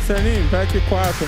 Marcelinho, pack 4.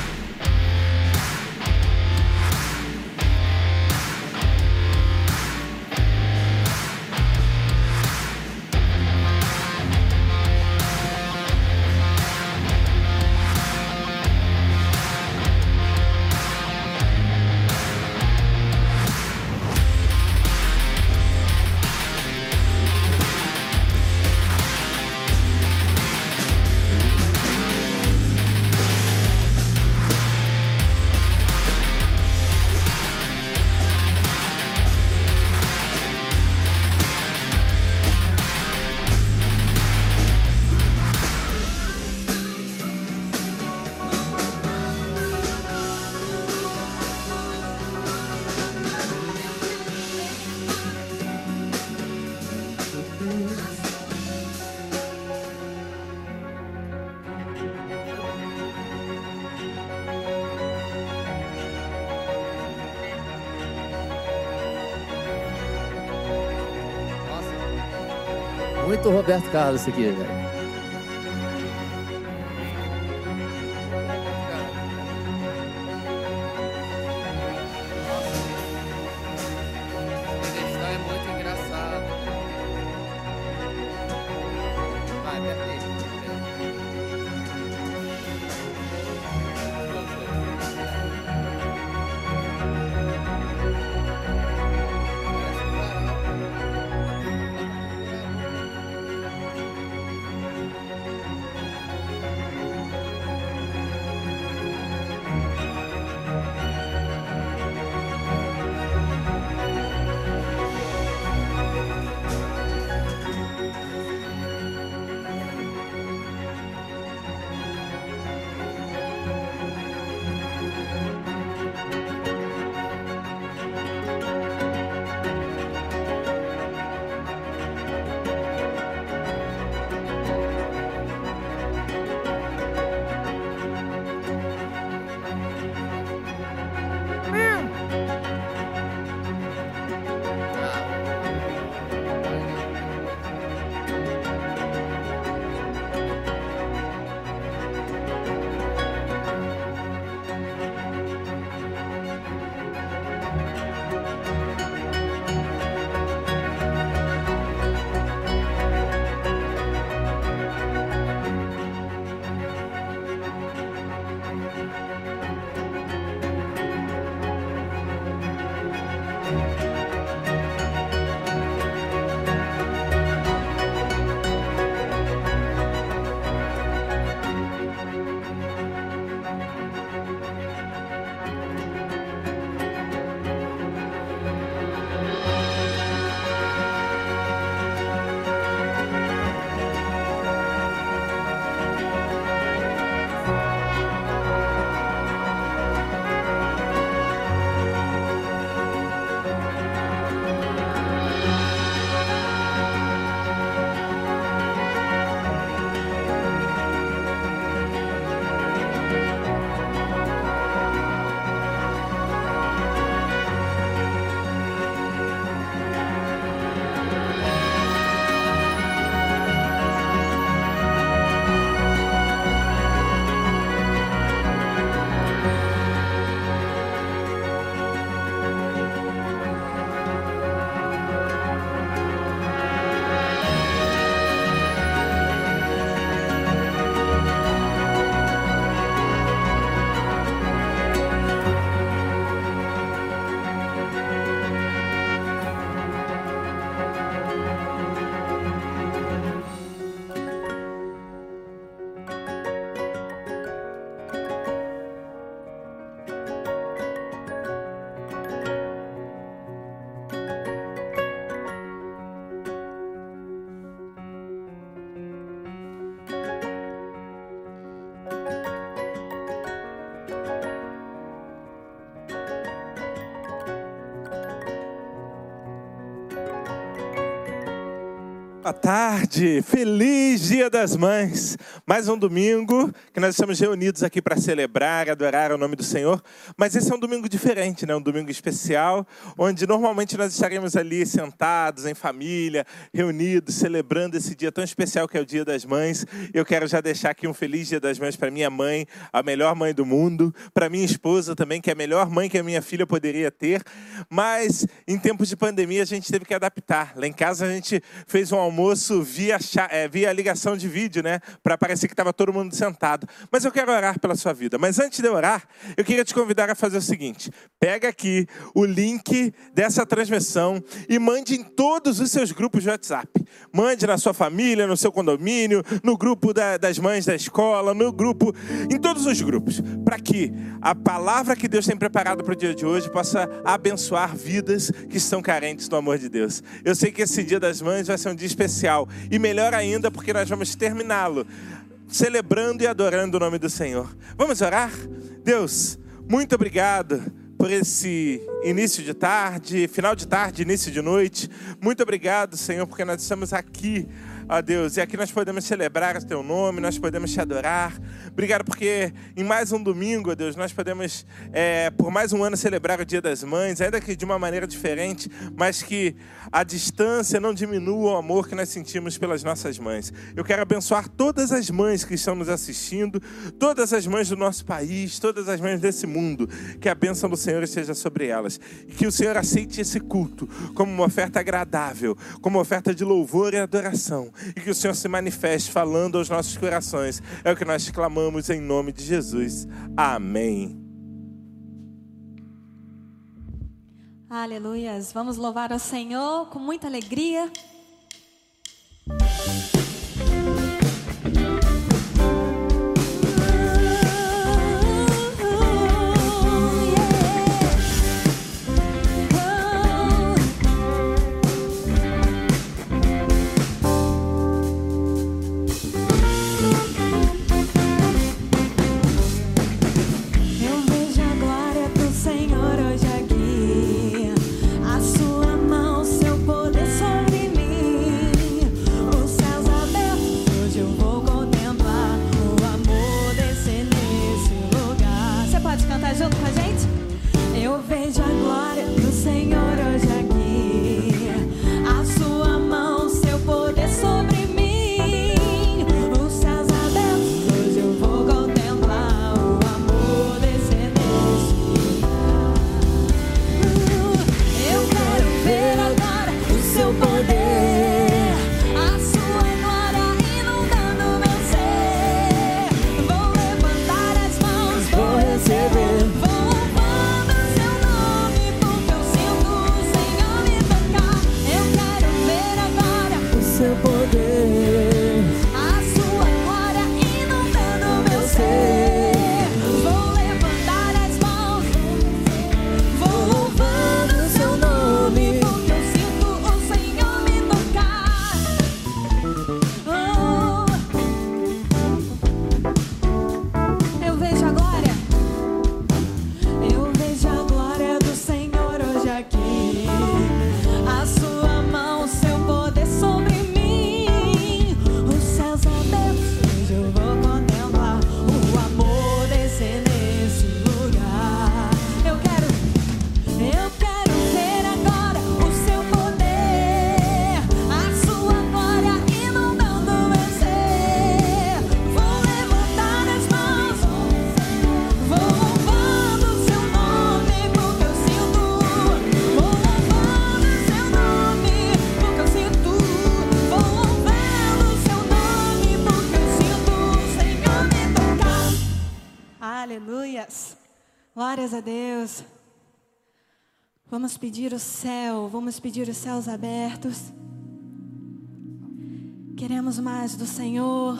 Muito Roberto Carlos isso aqui, velho. Boa tarde, feliz Dia das Mães. Mais um domingo que nós estamos reunidos aqui para celebrar, adorar o nome do Senhor. Mas esse é um domingo diferente, né? Um domingo especial, onde normalmente nós estaremos ali sentados em família, reunidos, celebrando esse dia tão especial que é o Dia das Mães. Eu quero já deixar aqui um feliz Dia das Mães para minha mãe, a melhor mãe do mundo, para minha esposa também, que é a melhor mãe que a minha filha poderia ter. Mas em tempos de pandemia a gente teve que adaptar. Lá em casa a gente fez um almoço via ligação de vídeo, né? Para parecer que estava todo mundo sentado. Mas eu quero orar pela sua vida. Mas antes de orar, eu queria te convidar a fazer o seguinte. Pega aqui o link dessa transmissão e mande em todos os seus grupos de WhatsApp. Mande na sua família, no seu condomínio, no grupo das mães da escola, no grupo, em todos os grupos. Para que a palavra que Deus tem preparado para o dia de hoje possa abençoar vidas que estão carentes do amor de Deus. Eu sei que esse Dia das Mães vai ser um dia especial. E melhor ainda, porque nós vamos terminá-lo celebrando e adorando o nome do Senhor. Vamos orar? Deus, muito obrigado por esse início de tarde, final de tarde, início de noite. Muito obrigado, Senhor, porque nós estamos aqui, ó Deus, e aqui nós podemos celebrar o Teu nome, nós podemos Te adorar. Obrigado porque em mais um domingo, ó Deus, nós podemos, por mais um ano, celebrar o Dia das Mães, ainda que de uma maneira diferente, mas que a distância não diminua o amor que nós sentimos pelas nossas mães. Eu quero abençoar todas as mães que estão nos assistindo, todas as mães do nosso país, todas as mães desse mundo, que a bênção do Senhor esteja sobre elas. E que o Senhor aceite esse culto como uma oferta agradável, como uma oferta de louvor e adoração. E que o Senhor se manifeste falando aos nossos corações. É o que nós clamamos em nome de Jesus. Amém. Aleluias. Vamos louvar ao Senhor com muita alegria. Junto com a gente? Eu vejo a glória do Senhor hoje aqui, a sua mão, seu poder sobre mim, os céus abertos, hoje eu vou contemplar o amor descer nesse lugar. Eu quero ver agora o seu poder, a sua glória inundando meu ser. Vou levantar as mãos, vou receber. Aleluias. Glórias a Deus. Vamos pedir o céu, vamos pedir os céus abertos. Queremos mais do Senhor.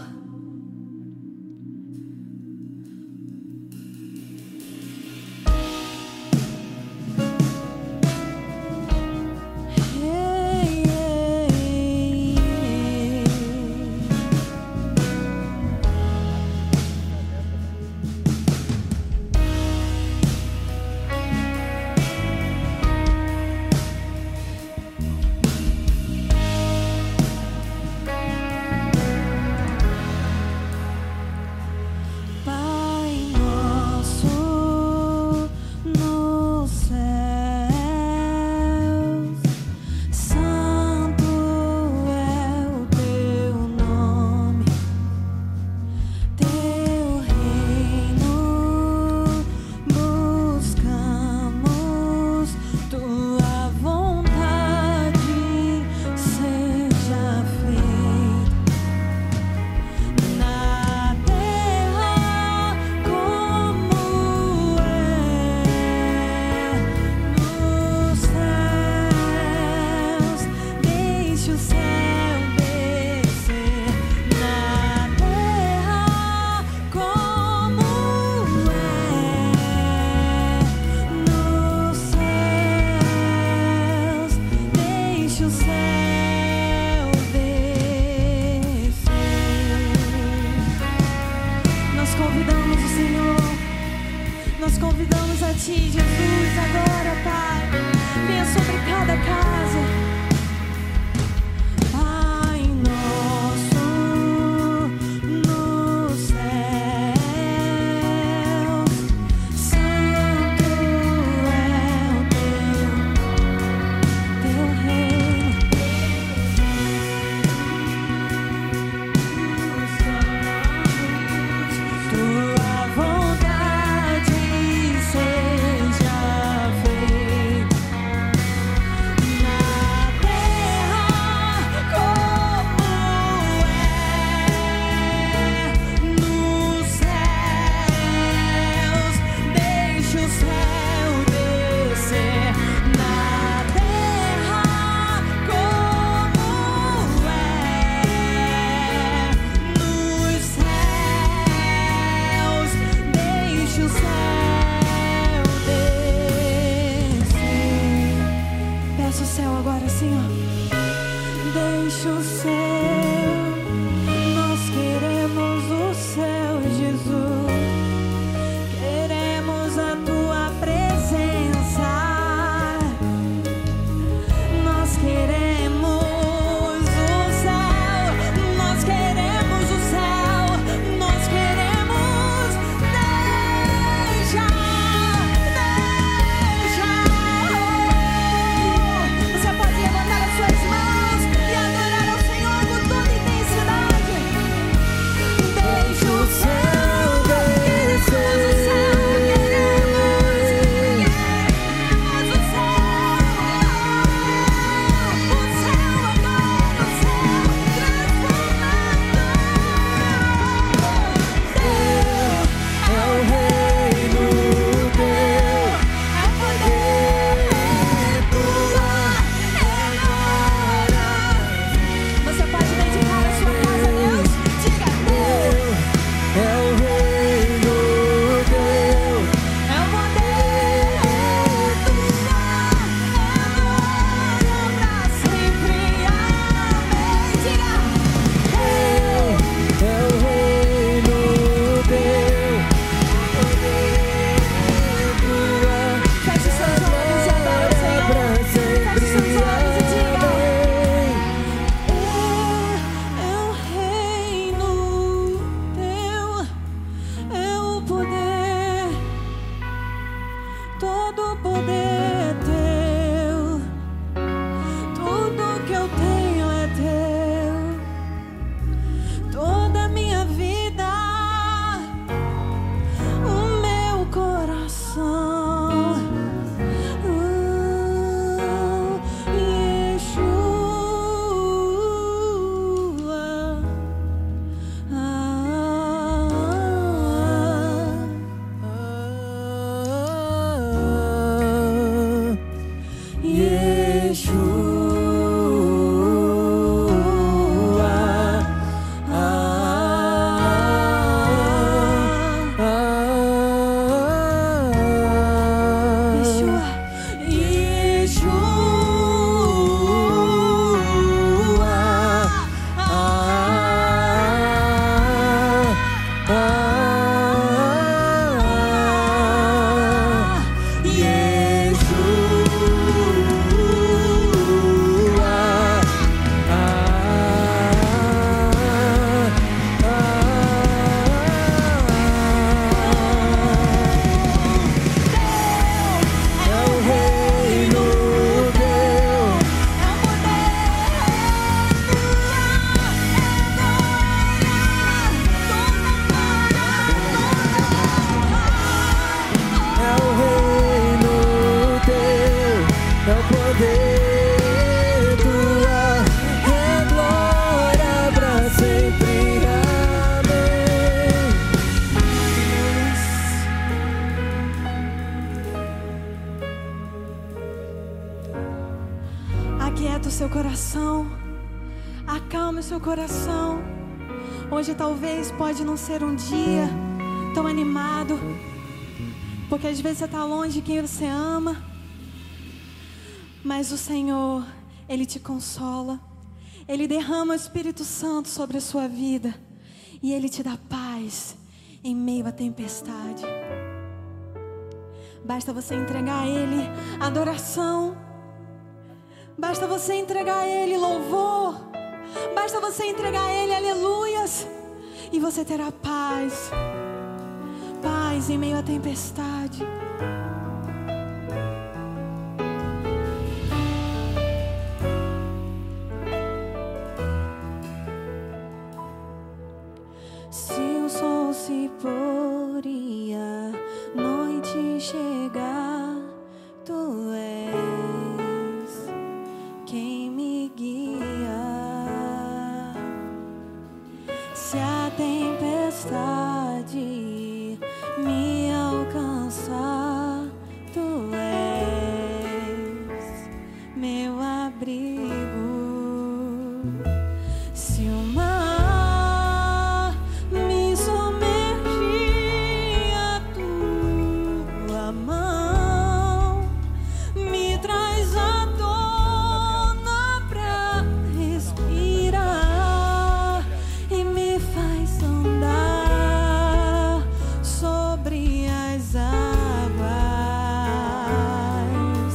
casa. Pai nosso nos céus, santo é o teu reino. Tua vontade seja feita na terra como é nos céus. Deixa o céu descer na terra como é nos céus. Deixa o céu descer. Peça o céu agora assim, ó. Deixa o céu. Nós queremos o céu, Jesus. Queremos a tua presença. Nós queremos o céu. Nós queremos o céu. Nós queremos. Deixa. Você pode levantar as suas mãos e adorar ao Senhor com toda intensidade. Deixa o céu descer. Queremos o céu. O céu agora, o céu transformando. É o reino teu, É o poder tua, é glória. Você pode dedicar a sua casa a Deus? Diga, Deus, é o reino teu, é o poder tua, é glória pra sempre. Amém. Diga, é o reino teu, feche seus olhos e adore o Senhor. Feche seus olhos e diga, é o reino teu, é o poder, todo o poder é teu, tudo que eu tenho é teu, toda a minha vida, o meu coração. Aquieta o seu coração, acalme o seu coração. Hoje talvez pode não ser um dia tão animado, porque às vezes você está longe de quem você ama. Mas o Senhor, Ele te consola. Ele derrama o Espírito Santo sobre a sua vida. E Ele te dá paz em meio à tempestade. Basta você entregar a Ele adoração. Basta você entregar a Ele louvor. Basta você entregar a Ele aleluias. E você terá paz. Paz em meio à tempestade. Se o sol se pôr e a noite chegar, Tu és quem me guia. Se a tempestade me alcançar, Tu és meu abrigo. Se o mar me submergir, a Tua mão me traz à tona pra respirar e me faz andar sobre as águas.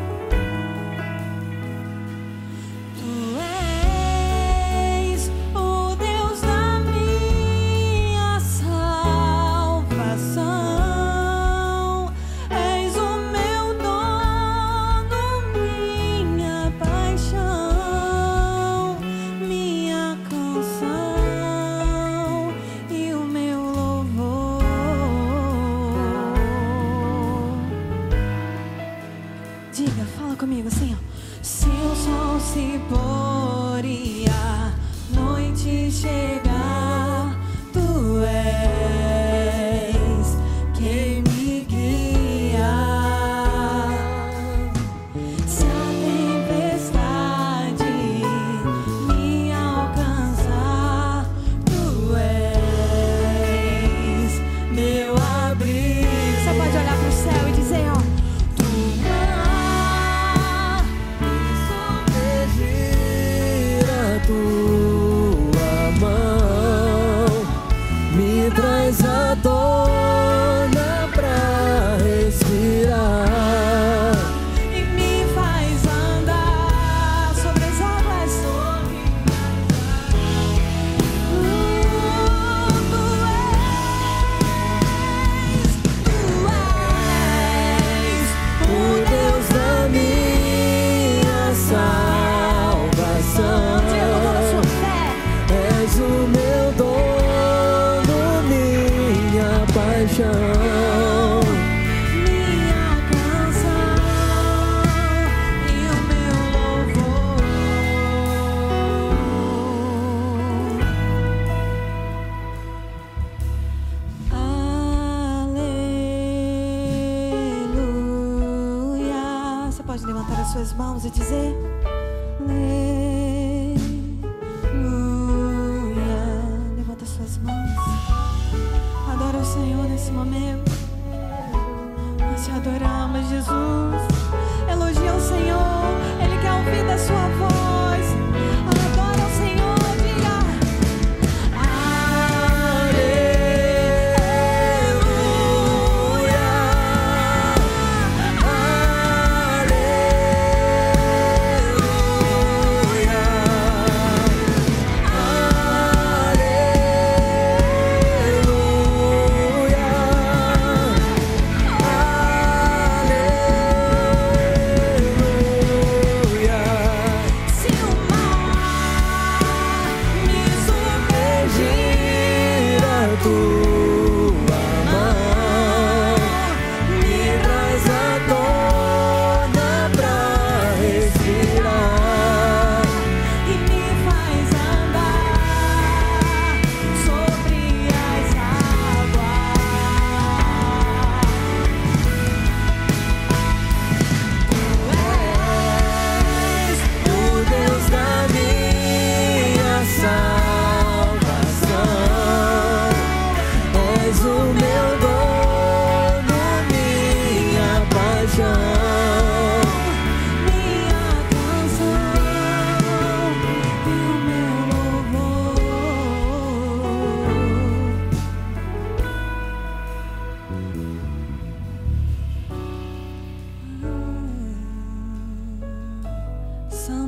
Tu és o Deus da minha salvação. És o meu dono, minha paixão, minha canção e o meu louvor. Diga, fala comigo assim, ó. Se o sol se pôr e a noite chegar, Tu és quem me guia. Se a tempestade me alcançar, Tu és meu abrigo. Você pode olhar pro céu e dizer, ó. Tu mar Gira a Tua mão, me traz à tona pra respirar e me faz andar sobre as águas. Tu és o Deus da minha salvação. Diga com toda a sua fé. És o meu dono, minha paixão, Minha canção e o meu louvor. Aleluia. Você pode levantar as suas mãos e dizer: Aleluia. Levanta as suas mãos. Adora o Senhor nesse momento. Nós te adoramos, Jesus. Elogia o Senhor. Ele quer ouvir da sua voz. Adora o Senhor. Diga: Aleluia. aleluia, aleluia.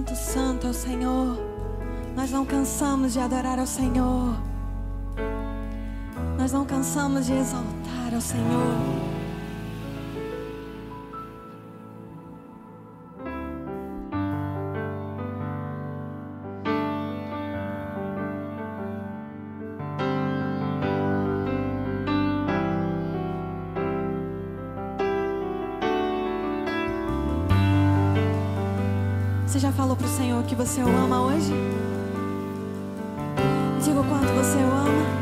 Santo, santo é o Senhor. Nós não cansamos de adorar ao Senhor. Nós não cansamos de exaltar ao Senhor. Você já falou pro Senhor que você o ama hoje? Diga o quanto você o ama.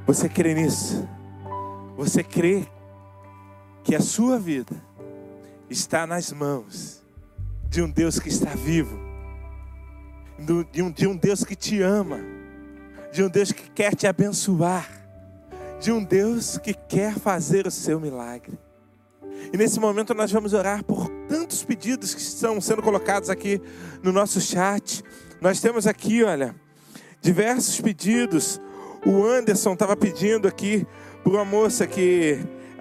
Você crê nisso? Você crê que a sua vida está nas mãos de um Deus que está vivo, de um Deus que te ama, de um Deus que quer te abençoar, de um Deus que quer fazer o seu milagre. E nesse momento nós vamos orar por tantos pedidos que estão sendo colocados aqui no nosso chat. Nós temos aqui, olha, diversos pedidos. O Anderson estava pedindo aqui por uma moça que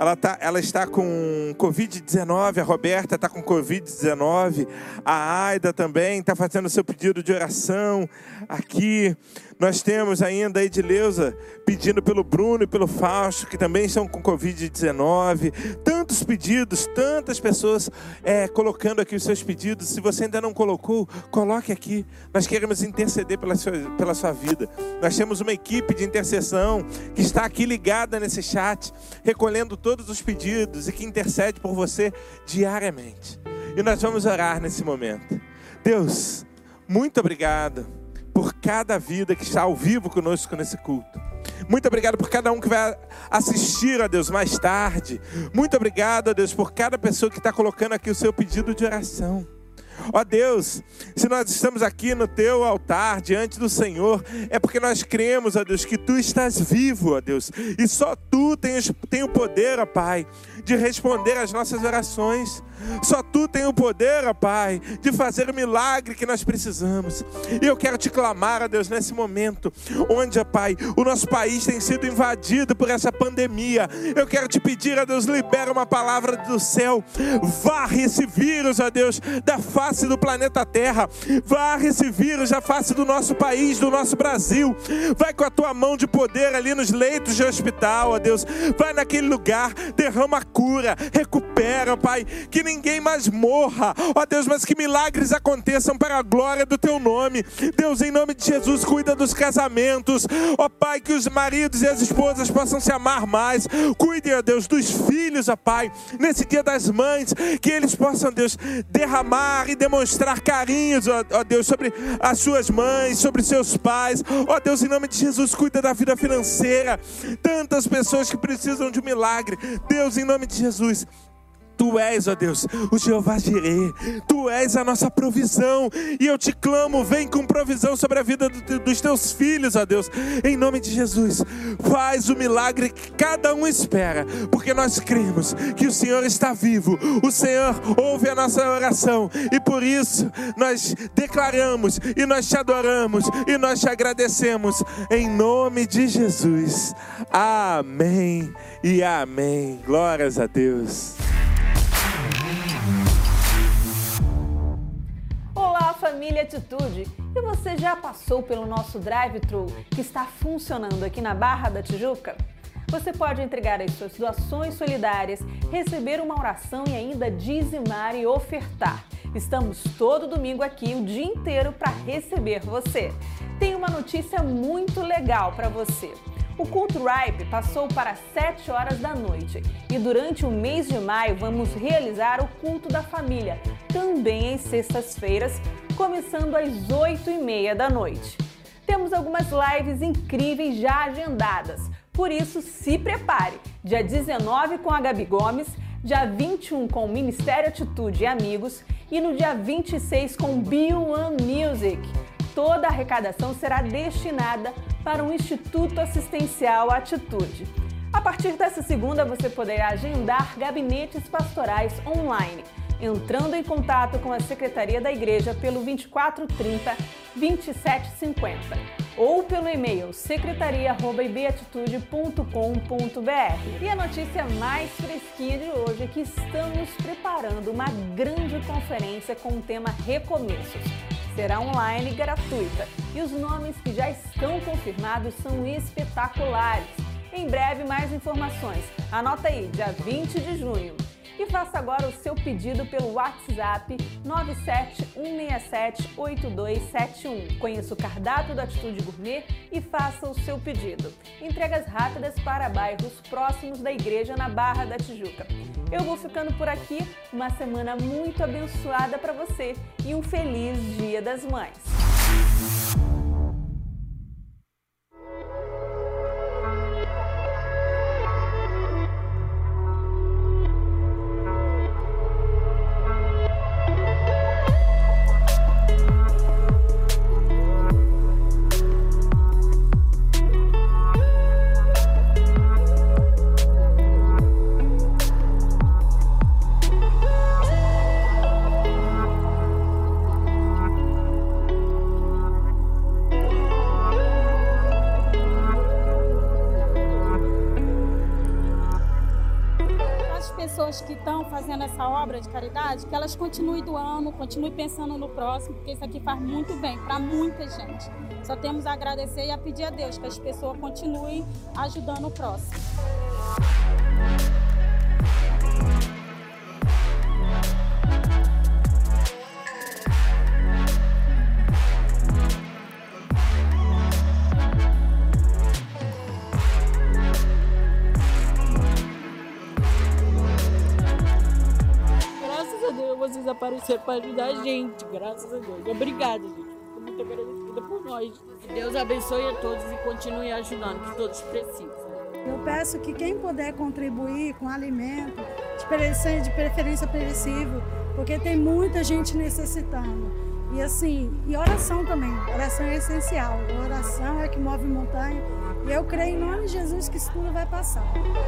ela está com Covid-19, a Roberta está com Covid-19, a Aida também está fazendo o seu pedido de oração aqui. Nós temos ainda a Edileuza pedindo pelo Bruno e pelo Fausto, que também estão com Covid-19. Tantos pedidos, tantas pessoas colocando aqui os seus pedidos. Se você ainda não colocou, coloque aqui. Nós queremos interceder pela sua vida. Nós temos uma equipe de intercessão que está aqui ligada nesse chat, recolhendo todos os pedidos e que intercede por você diariamente. E nós vamos orar nesse momento. Deus, muito obrigado por cada vida que está ao vivo conosco nesse culto. Muito obrigado por cada um que vai assistir, ó Deus, mais tarde. Muito obrigado, ó Deus, por cada pessoa que está colocando aqui o seu pedido de oração. Ó Deus, se nós estamos aqui no teu altar, diante do Senhor, é porque nós cremos, ó Deus, que tu estás vivo, ó Deus, e só tu tem o poder, ó Pai, de responder às nossas orações. Só tu tem o poder, ó Pai, de fazer o milagre que nós precisamos. E eu quero te clamar, ó Deus, nesse momento, onde, ó Pai, o nosso país tem sido invadido por essa pandemia. Eu quero te pedir, ó Deus, libera uma palavra do céu. Varre esse vírus, ó Deus, da face do planeta Terra. Varre esse vírus da face do nosso país, do nosso Brasil. Vai com a tua mão de poder ali nos leitos de hospital, ó Deus. Vai naquele lugar, derrama cura, recupera, ó Pai, que ninguém mais morra, ó Deus, mas que milagres aconteçam para a glória do teu nome. Deus, em nome de Jesus, cuida dos casamentos, ó Pai, que os maridos e as esposas possam se amar mais. Cuide, ó Deus, dos filhos, ó Pai, nesse dia das mães, que eles possam, Deus, derramar e demonstrar carinhos, ó Deus, sobre as suas mães, sobre seus pais. Ó Deus, em nome de Jesus, cuida da vida financeira. Tantas pessoas que precisam de um milagre. Deus, em nome de Jesus, Tu és, ó Deus, o Jeová Jirê. Tu és a nossa provisão. E eu te clamo, vem com provisão sobre a vida dos teus filhos, ó Deus. Em nome de Jesus, faz o milagre que cada um espera. Porque nós cremos que o Senhor está vivo. O Senhor ouve a nossa oração. E por isso, nós declaramos, e nós te adoramos, e nós te agradecemos. Em nome de Jesus. Amém e amém. Glórias a Deus. Olá, família Atitude! E você já passou pelo nosso drive-thru que está funcionando aqui na Barra da Tijuca? Você pode entregar as suas doações solidárias, receber uma oração e ainda dizimar e ofertar. Estamos todo domingo aqui o dia inteiro para receber você. Tem uma notícia muito legal para você. O culto Ripe passou para 7 horas da noite e durante o mês de maio vamos realizar o culto da família, também às sextas-feiras, começando às 8h30 da noite. Temos algumas lives incríveis já agendadas, por isso se prepare. Dia 19 com a Gabi Gomes, dia 21 com o Ministério Atitude e Amigos e no dia 26 com B1 Music. Toda a arrecadação será destinada para um Instituto Assistencial Atitude. A partir dessa segunda, você poderá agendar gabinetes pastorais online, entrando em contato com a Secretaria da Igreja pelo 2430-2750 ou pelo e-mail secretaria@ibatitude.com.br. E a notícia mais fresquinha de hoje é que estamos preparando uma grande conferência com o tema Recomeços. Será online e gratuita. E os nomes que já estão confirmados são espetaculares. Em breve, mais informações. Anota aí, dia 20 de junho. E faça agora o seu pedido pelo WhatsApp 971678271. Conheça o cardápio da Atitude Gourmet e faça o seu pedido. Entregas rápidas para bairros próximos da igreja na Barra da Tijuca. Eu vou ficando por aqui. Uma semana muito abençoada para você e um feliz Dia das Mães. pessoas que estão fazendo essa obra de caridade, que elas continuem doando, continuem pensando no próximo, porque isso aqui faz muito bem para muita gente. Só temos a agradecer e a pedir a Deus que as pessoas continuem ajudando o próximo. Vocês apareceram para ajudar a gente, graças a Deus. Obrigada, gente. Estou muito agradecida por nós. Que Deus abençoe a todos e continue ajudando, que todos precisam. Eu peço que quem puder contribuir com alimento, de preferência perecível, porque tem muita gente necessitando. E assim, e oração também. Oração é essencial. A oração é que move montanha. E eu creio em nome de Jesus que isso tudo vai passar.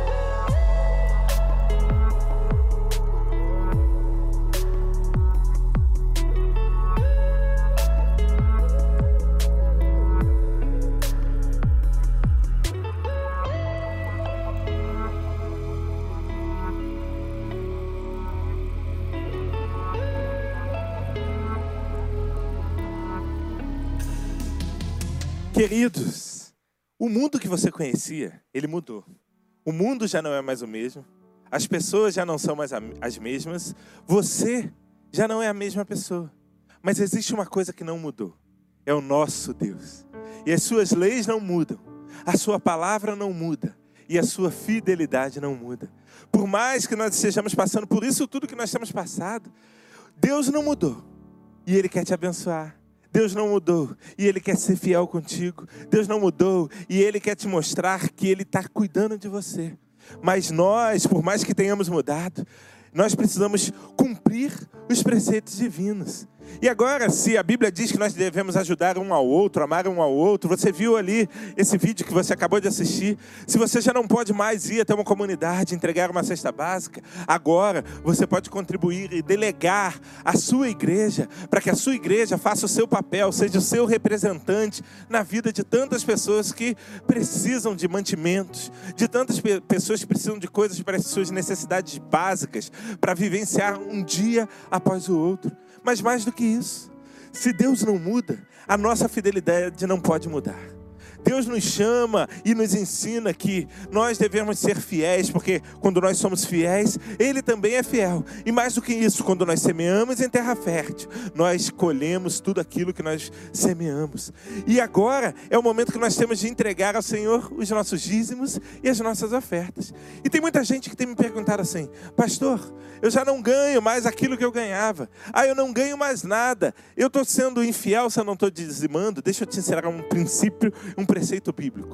Queridos, o mundo que você conhecia, ele mudou. O mundo já não é mais o mesmo. As pessoas já não são mais as mesmas. Você já não é a mesma pessoa. Mas existe uma coisa que não mudou. É o nosso Deus. E as suas leis não mudam. A sua palavra não muda. E a sua fidelidade não muda. Por mais que nós estejamos passando por isso tudo que nós temos passado, Deus não mudou. E Ele quer te abençoar. Deus não mudou e Ele quer ser fiel contigo. Deus não mudou e Ele quer te mostrar que Ele está cuidando de você. Mas nós, por mais que tenhamos mudado, nós precisamos cumprir os preceitos divinos. E agora, se a Bíblia diz que nós devemos ajudar um ao outro, amar um ao outro, você viu ali esse vídeo que você acabou de assistir. Se você já não pode mais ir até uma comunidade, entregar uma cesta básica, agora você pode contribuir e delegar a sua igreja, para que a sua igreja faça o seu papel, seja o seu representante na vida de tantas pessoas que precisam de mantimentos, de tantas pessoas que precisam de coisas para as suas necessidades básicas, para vivenciar um dia após o outro. Mas mais do que isso, se Deus não muda, a nossa fidelidade não pode mudar. Deus nos chama e nos ensina que nós devemos ser fiéis, porque quando nós somos fiéis, Ele também é fiel. E mais do que isso, quando nós semeamos em terra fértil, nós colhemos tudo aquilo que nós semeamos. E agora é o momento que nós temos de entregar ao Senhor os nossos dízimos e as nossas ofertas. E tem muita gente que tem me perguntado assim: pastor, eu já não ganho mais aquilo que eu ganhava. Eu não ganho mais nada. Eu estou sendo infiel se eu não estou dizimando. Deixa eu te ensinar um princípio, um preceito bíblico.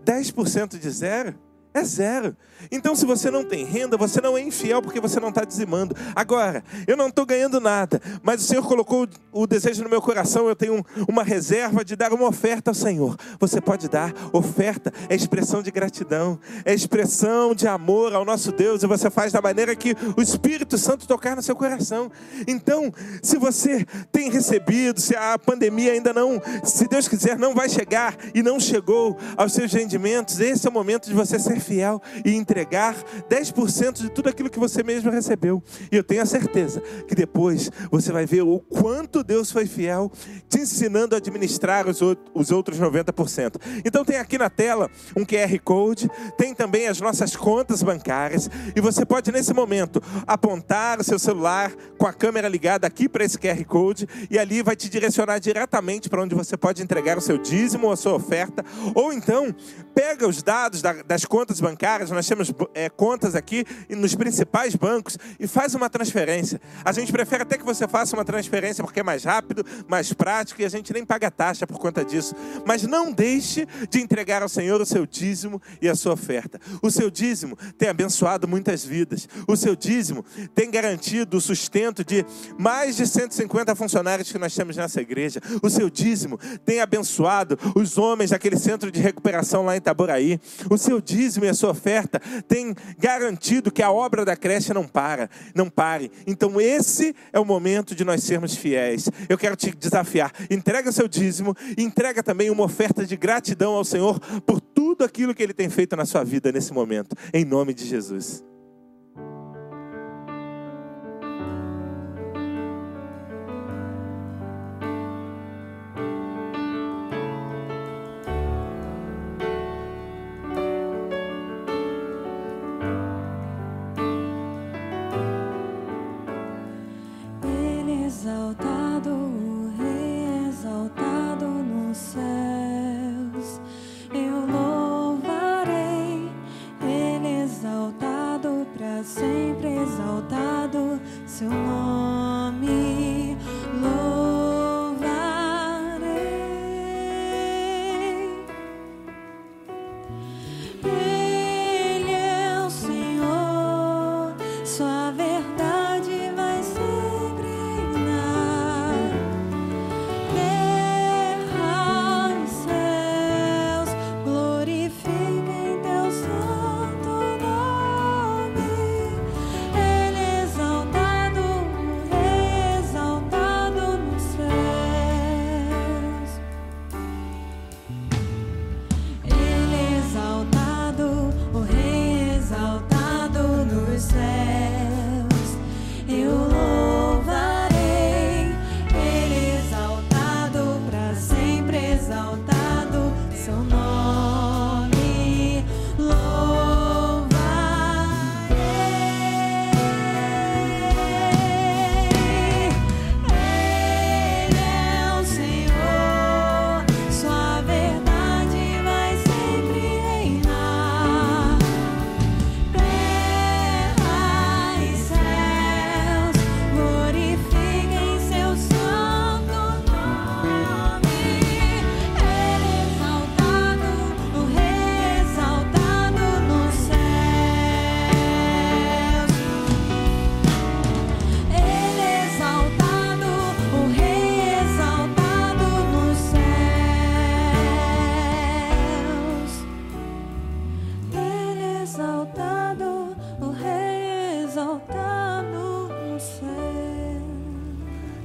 10% de zero é zero. Então, se você não tem renda, você não é infiel porque você não está dizimando. Agora, eu não estou ganhando nada, mas o Senhor colocou o desejo no meu coração, eu tenho uma reserva de dar uma oferta ao Senhor. Você pode dar. Oferta é expressão de gratidão, é expressão de amor ao nosso Deus, e você faz da maneira que o Espírito Santo tocar no seu coração. Então, se você tem recebido, se a pandemia ainda não, se Deus quiser, não vai chegar e não chegou aos seus rendimentos, esse é o momento de você ser fiel e entregar 10% de tudo aquilo que você mesmo recebeu. E eu tenho a certeza que depois você vai ver o quanto Deus foi fiel, te ensinando a administrar os outros 90%. Então tem aqui na tela um QR Code, tem também as nossas contas bancárias, e você pode nesse momento apontar o seu celular com a câmera ligada aqui para esse QR Code, e ali vai te direcionar diretamente para onde você pode entregar o seu dízimo ou a sua oferta. Ou então pega os dados das contas bancárias, nós temos contas aqui nos principais bancos, e faz uma transferência. A gente prefere até que você faça uma transferência porque é mais rápido, mais prático, e a gente nem paga taxa por conta disso. Mas não deixe de entregar ao Senhor o seu dízimo e a sua oferta. O seu dízimo tem abençoado muitas vidas. O seu dízimo tem garantido o sustento de mais de 150 funcionários que nós temos nessa igreja. O seu dízimo tem abençoado os homens daquele centro de recuperação lá em Itaboraí. O seu dízimo e a sua oferta tem garantido que a obra da creche não pare. Então esse é o momento de nós sermos fiéis. Eu quero te desafiar: entrega seu dízimo e entrega também uma oferta de gratidão ao Senhor por tudo aquilo que Ele tem feito na sua vida nesse momento, em nome de Jesus.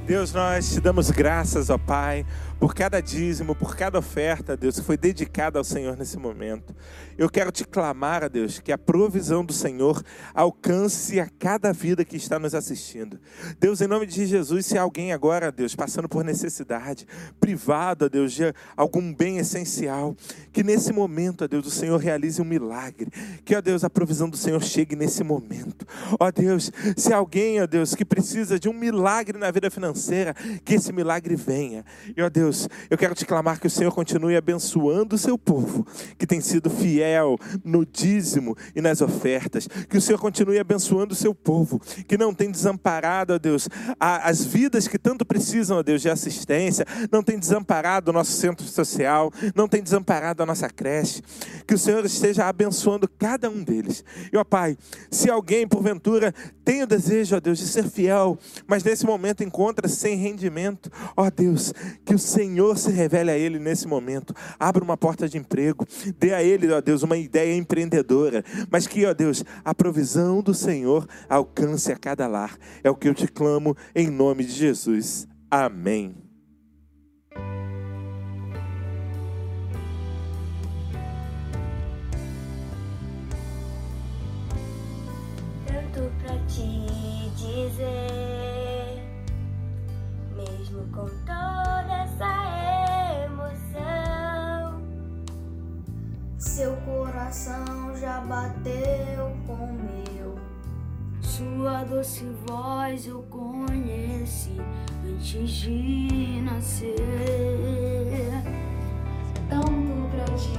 Deus, nós te damos graças, ó Pai, por cada dízimo, por cada oferta, Deus, que foi dedicada ao Senhor nesse momento. Eu quero te clamar, a Deus, que a provisão do Senhor alcance a cada vida que está nos assistindo. Deus, em nome de Jesus, se alguém agora, Deus, passando por necessidade, privado, ó Deus, de algum bem essencial, que nesse momento, ó Deus, o Senhor realize um milagre. Que, ó Deus, a provisão do Senhor chegue nesse momento. Ó Deus, se alguém, ó Deus, que precisa de um milagre na vida financeira, que esse milagre venha. E, ó Deus, eu quero te clamar que o Senhor continue abençoando o seu povo, que tem sido fiel no dízimo e nas ofertas. Que o Senhor continue abençoando o seu povo, que não tem desamparado, ó Deus, as vidas que tanto precisam, ó Deus, de assistência, não tem desamparado o nosso centro social, não tem desamparado a nossa creche. Que o Senhor esteja abençoando cada um deles. E, ó Pai, se alguém, porventura, tem o desejo, ó Deus, de ser fiel, mas nesse momento encontra-se sem rendimento, ó Deus, que o Senhor se revele a ele nesse momento. Abra uma porta de emprego, dê a ele, ó Deus, uma ideia empreendedora, mas que, ó Deus, a provisão do Senhor alcance a cada lar. É o que eu te clamo em nome de Jesus. Amém. Tanto pra te dizer, mesmo com toda essa emoção, seu coração já bateu com o meu. Sua doce voz eu conheci antes de nascer. Tanto pra te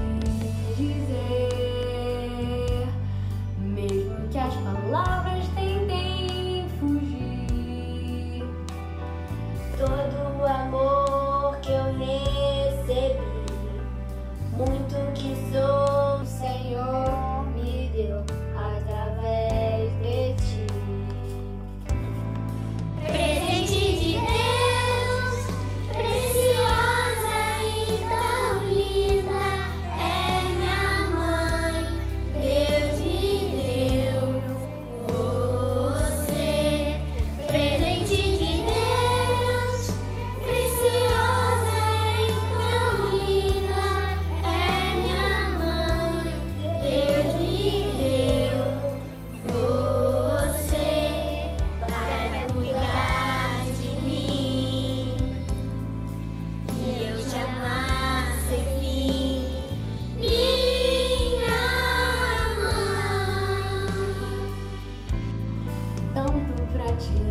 dizer, mesmo que as palavras tentem fugir, todo o amor que eu recebi, muito que sou, o Senhor me deu através de ti. Presente de Deus, preciosa e tão linda, é minha mãe. Deus me deu você. Presente de Deus, preciosa e tão linda, é minha mãe. Deus me deu você para cuidar de mim, e eu jamais sei fim. Minha mãe, tanto pra te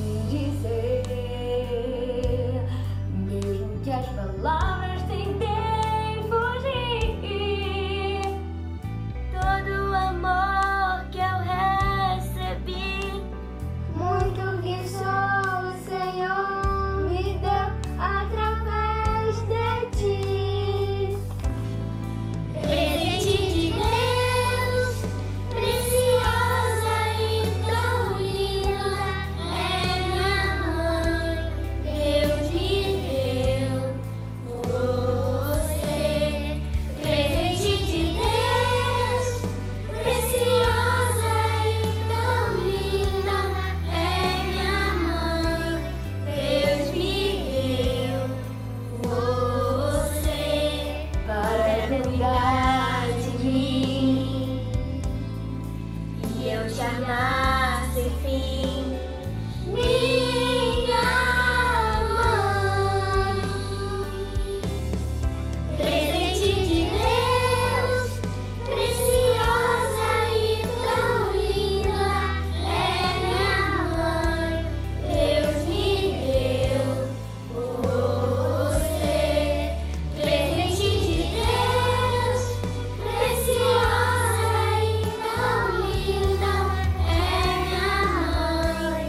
dizer, mesmo que as palavras tentem fugir, todo o amor que eu recebi, muito que sou, o Senhor me deu através de ti. Presente de Deus, preciosa e tão linda, é minha mãe. Deus me deu você. Presente de Deus, preciosa e tão linda, é minha mãe. Deus me deu você para cuidar de mim, e eu jamais sei fim. Minha mãe, presente de Deus, preciosa e tão linda, é minha mãe. Deus me deu você. Presente de Deus, preciosa e tão linda, é minha mãe.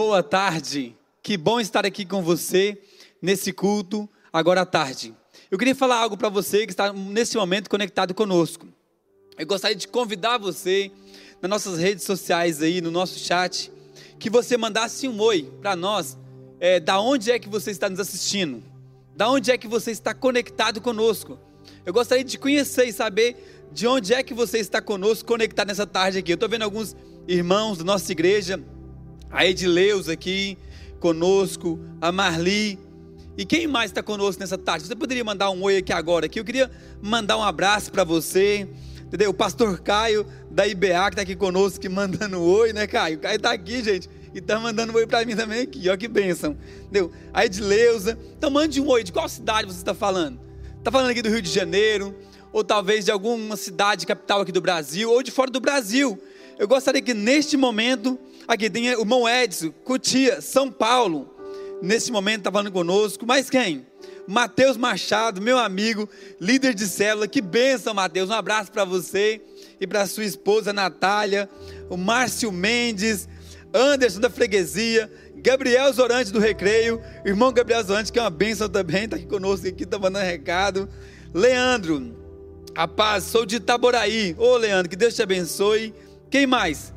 Boa tarde, que bom estar aqui com você nesse culto agora à tarde. Eu queria falar algo para você que está nesse momento conectado conosco. Eu gostaria de convidar você nas nossas redes sociais aí, no nosso chat, que você mandasse um oi para nós, da onde é que você está nos assistindo, da onde é que você está conectado conosco. Eu gostaria de conhecer e saber de onde é que você está conosco, conectado nessa tarde aqui. Eu estou vendo alguns irmãos da nossa igreja, a Edileus aqui conosco, a Marli. E quem mais está conosco nessa tarde? Você poderia mandar um oi aqui agora? Eu queria mandar um abraço para você, entendeu? O pastor Caio da IBA que está aqui conosco, que mandando oi, né, Caio? O Caio está aqui, gente, e está mandando um oi para mim também aqui, ó, que bênção, entendeu? A Edileuza. Então mande um oi. De qual cidade você está falando? Está falando aqui do Rio de Janeiro, ou talvez de alguma cidade capital aqui do Brasil, ou de fora do Brasil. Eu gostaria que neste momento, aqui tem o irmão Edson, Cotia, São Paulo, nesse momento está falando conosco. Mas quem? Mateus Machado, meu amigo, líder de célula. Que bênção, Mateus. Um abraço para você e para sua esposa Natália, o Márcio Mendes, Anderson da Freguesia, Gabriel Zorante do Recreio, irmão Gabriel Zorante, que é uma bênção também, está aqui conosco, aqui está mandando recado. Leandro, a paz, sou de Itaboraí. Ô Leandro, que Deus te abençoe. Quem mais?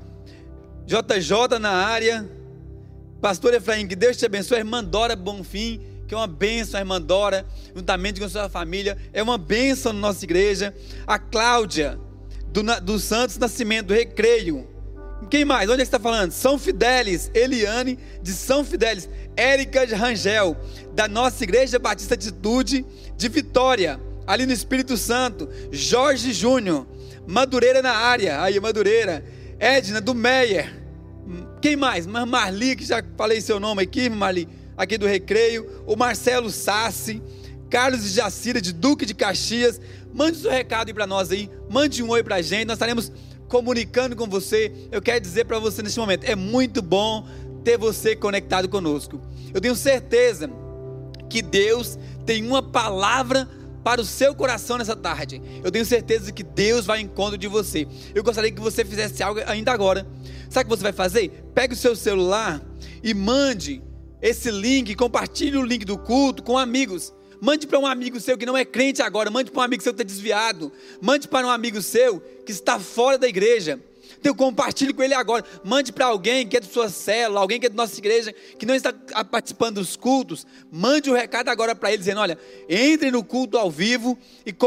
JJ na área. Pastor Efraim, que Deus te abençoe. A irmã Dora Bonfim, que é uma bênção, a irmã Dora, juntamente com a sua família, é uma bênção na nossa igreja. A Cláudia, do Santos Nascimento, do Recreio. Quem mais? Onde é que você está falando? São Fidélis, Eliane de São Fidélis. Érica Rangel, da nossa Igreja Batista Atitude de Vitória, ali no Espírito Santo. Jorge Júnior, Madureira na área, aí Madureira. Edna do Meyer. Quem mais? Marli, que já falei seu nome aqui, Marli, aqui do Recreio. O Marcelo Sassi, Carlos e Jacira de Duque de Caxias. Mande seu recado aí para nós aí, mande um oi para a gente, nós estaremos comunicando com você. Eu quero dizer para você nesse momento, é muito bom ter você conectado conosco. Eu tenho certeza que Deus tem uma palavra para o seu coração nessa tarde. Eu tenho certeza que Deus vai ao encontro de você. Eu gostaria que você fizesse algo ainda agora. Sabe o que você vai fazer? Pegue o seu celular e mande esse link, compartilhe o link do culto com amigos. Mande para um amigo seu que não é crente agora, mande para um amigo seu que está desviado, mande para um amigo seu que está fora da igreja. Então compartilhe com ele agora, mande para alguém que é de sua célula, alguém que é da nossa igreja, que não está participando dos cultos, mande o recado agora para ele, dizendo, olha, entre no culto ao vivo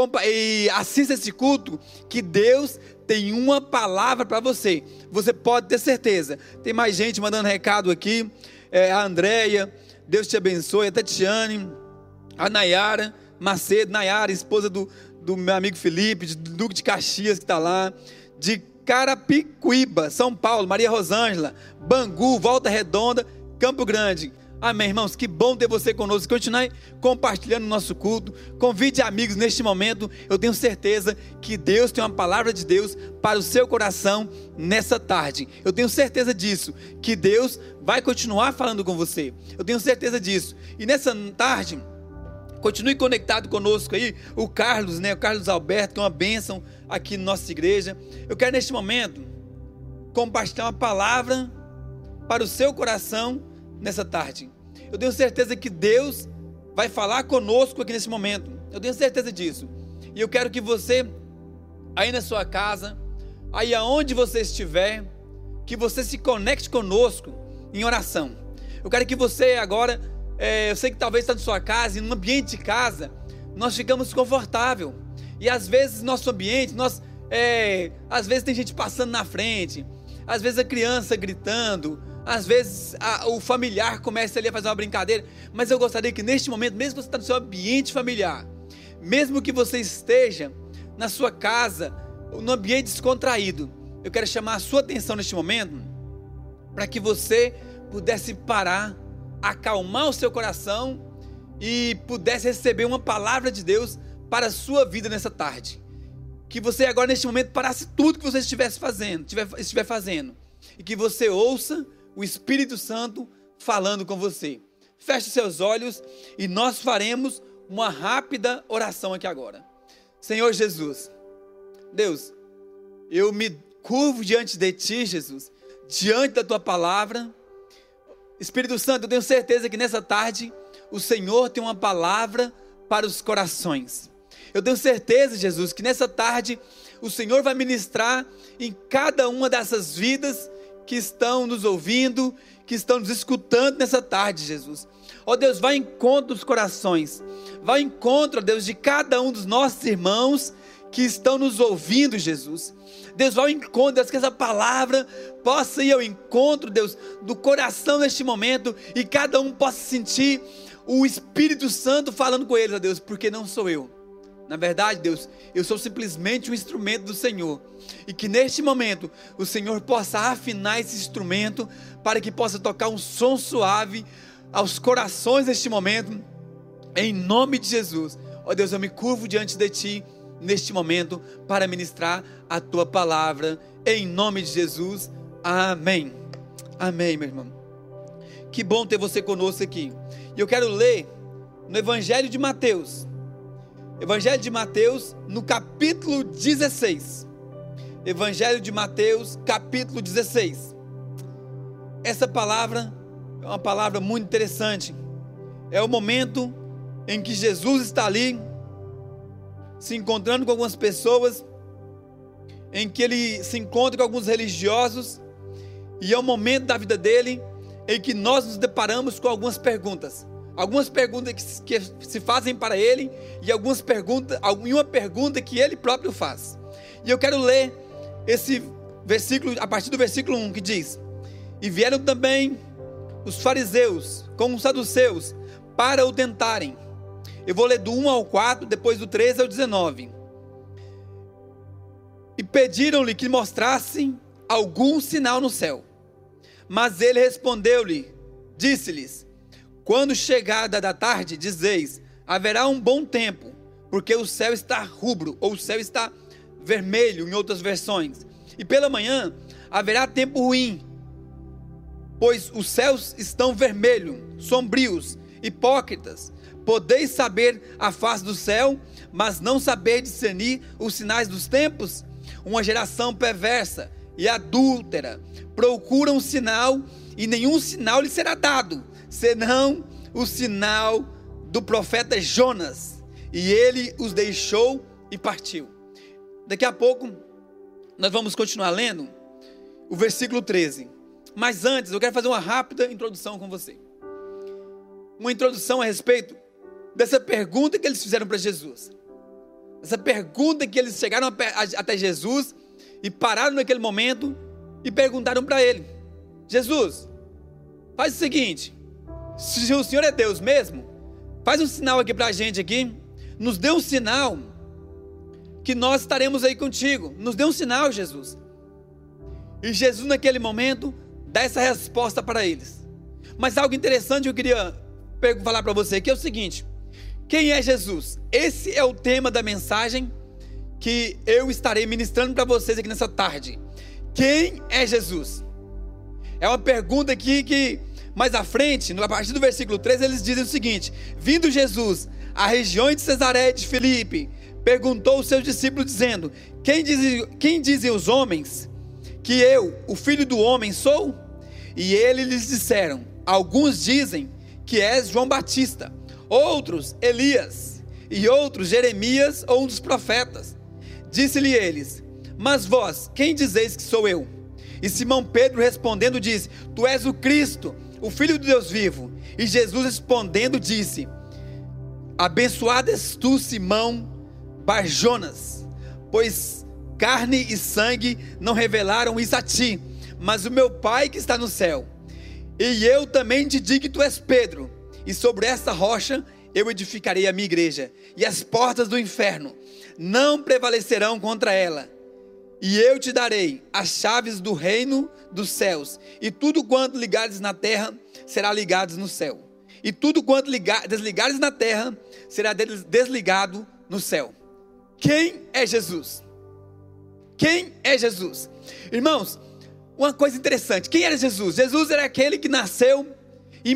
e assista esse culto, que Deus tem uma palavra para você. Você pode ter certeza. Tem mais gente mandando recado aqui, a Andréia, Deus te abençoe, a Tatiane, a Nayara Macedo, Nayara, esposa do meu amigo Felipe, de Duque de Caxias, que está lá, de Carapicuíba, São Paulo, Maria Rosângela, Bangu, Volta Redonda, Campo Grande. Amém, irmãos, que bom ter você conosco. Continue compartilhando o nosso culto, convide amigos neste momento. Eu tenho certeza que Deus tem uma palavra de Deus para o seu coração nessa tarde. Eu tenho certeza disso, que Deus vai continuar falando com você. Eu tenho certeza disso. E nessa tarde, continue conectado conosco aí, o Carlos, né? O Carlos Alberto, que é uma bênção aqui na nossa igreja. Eu quero neste momento compartilhar uma palavra para o seu coração nessa tarde. Eu tenho certeza que Deus vai falar conosco aqui nesse momento. Eu tenho certeza disso. E eu quero que você, aí na sua casa, aí aonde você estiver, que você se conecte conosco em oração. Eu quero que você agora, eu sei que talvez está na sua casa, e no ambiente de casa, nós ficamos confortável. E às vezes nosso ambiente, às vezes tem gente passando na frente, às vezes a criança gritando, às vezes o familiar começa ali a fazer uma brincadeira. Mas eu gostaria que neste momento, mesmo que você está no seu ambiente familiar, mesmo que você esteja na sua casa, no ambiente descontraído, eu quero chamar a sua atenção neste momento, para que você pudesse parar, acalmar o seu coração e pudesse receber uma palavra de Deus para a sua vida nessa tarde. Que você agora neste momento parasse tudo que você estiver fazendo e que você ouça o Espírito Santo falando com você. Feche seus olhos e nós faremos uma rápida oração aqui agora. Senhor Jesus, Deus, eu me curvo diante de Ti, Jesus, diante da Tua palavra. Espírito Santo, eu tenho certeza que nessa tarde o Senhor tem uma palavra para os corações. Eu tenho certeza, Jesus, que nessa tarde o Senhor vai ministrar em cada uma dessas vidas que estão nos ouvindo, que estão nos escutando nessa tarde, Jesus. Ó Deus, vai em encontro dos corações, vai em encontro, ó Deus, de cada um dos nossos irmãos que estão nos ouvindo, Jesus. Deus, vai ao encontro, Deus, que essa palavra possa ir ao encontro, Deus, do coração neste momento, e cada um possa sentir o Espírito Santo falando com eles, ó Deus, porque não sou eu. Na verdade, Deus, eu sou simplesmente um instrumento do Senhor, e que neste momento o Senhor possa afinar esse instrumento, para que possa tocar um som suave aos corações neste momento, em nome de Jesus. Ó Deus, eu me curvo diante de Ti, neste momento, para ministrar a Tua palavra, em nome de Jesus, amém. Amém, meu irmão. Que bom ter você conosco aqui. E eu quero ler no Evangelho de Mateus, no capítulo 16, Evangelho de Mateus, capítulo 16, essa palavra é uma palavra muito interessante, é o momento em que Jesus está ali, se encontrando com algumas pessoas, em que ele se encontra com alguns religiosos, e é o momento da vida dele, em que nós nos deparamos com algumas perguntas que se fazem para ele, e uma pergunta que ele próprio faz. E eu quero ler esse versículo, a partir do versículo 1, que diz: E vieram também os fariseus com os saduceus para o tentarem. Eu vou ler do 1 ao 4, depois do 13 ao 19. E pediram-lhe que mostrassem algum sinal no céu. Mas ele respondeu-lhe, disse-lhes: Quando chegada da tarde, dizeis, haverá um bom tempo, porque o céu está rubro, ou o céu está vermelho, em outras versões. E pela manhã haverá tempo ruim, pois os céus estão vermelhos, sombrios, hipócritas. Podeis saber a face do céu, mas não saber discernir os sinais dos tempos? Uma geração perversa e adúltera procura um sinal, e nenhum sinal lhe será dado, senão o sinal do profeta Jonas. E ele os deixou e partiu. Daqui a pouco nós vamos continuar lendo o versículo 13. Mas antes eu quero fazer uma rápida introdução com você. Uma introdução a respeito dessa pergunta que eles fizeram para Jesus. Essa pergunta que eles chegaram até Jesus e pararam naquele momento e perguntaram para ele: Jesus, faz o seguinte, se o Senhor é Deus mesmo, faz um sinal aqui para a gente aqui, nos dê um sinal que nós estaremos aí contigo, nos dê um sinal, Jesus. E Jesus naquele momento dá essa resposta para eles. Mas algo interessante que eu queria falar para você aqui é o seguinte: quem é Jesus? Esse é o tema da mensagem que eu estarei ministrando para vocês aqui nessa tarde. Quem é Jesus? É uma pergunta aqui que mais à frente, a partir do versículo 13, eles dizem o seguinte: vindo Jesus à região de Cesareia de Filipe, perguntou aos seus discípulos dizendo: quem dizem os homens que eu, o Filho do Homem, sou? E eles lhes disseram: alguns dizem que és João Batista, outros Elias, e outros Jeremias ou um dos profetas. Disse-lhe eles: mas vós, quem dizeis que sou eu? E Simão Pedro respondendo disse: tu és o Cristo, o Filho de Deus vivo. E Jesus respondendo disse: abençoado és tu, Simão Barjonas, pois carne e sangue não revelaram isso a ti, mas o meu Pai que está no céu. E eu também te digo que tu és Pedro, e sobre essa rocha eu edificarei a minha igreja, e as portas do inferno não prevalecerão contra ela. E eu te darei as chaves do reino dos céus, e tudo quanto ligares na terra será ligado no céu, e tudo quanto desligares na terra será desligado no céu. Quem é Jesus? Quem é Jesus? Irmãos, uma coisa interessante: quem era Jesus? Jesus era aquele que nasceu em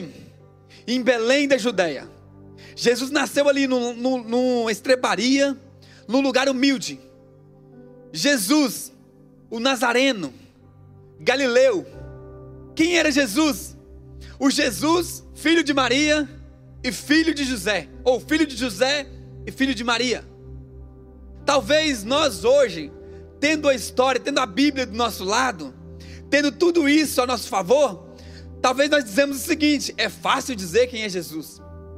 Belém da Judéia. Jesus nasceu ali numa estrebaria, num lugar humilde. Jesus, o Nazareno, Galileu. Quem era Jesus? o Jesus, filho de Maria e filho de José, ou filho de José e filho de Maria. Talvez nós hoje, tendo a história, tendo a Bíblia do nosso lado, tendo tudo isso a nosso favor, talvez nós dizemos o seguinte: é fácil dizer quem é Jesus,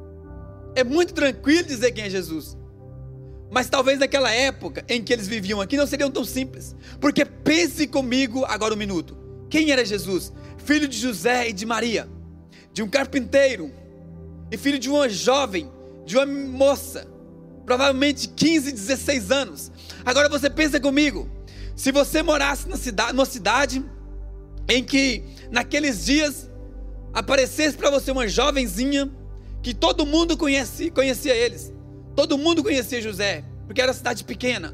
é muito tranquilo dizer quem é Jesus. Mas talvez naquela época em que eles viviam aqui não seriam tão simples, porque pense comigo agora um minuto. Quem era Jesus? Filho de José e de Maria, de um carpinteiro, e filho de uma jovem, de uma moça, provavelmente 15, 16 anos. Agora você pensa comigo, se você morasse numa cidade em que naqueles dias aparecesse para você uma jovenzinha, que todo mundo conhecia eles, todo mundo conhecia José, porque era uma cidade pequena,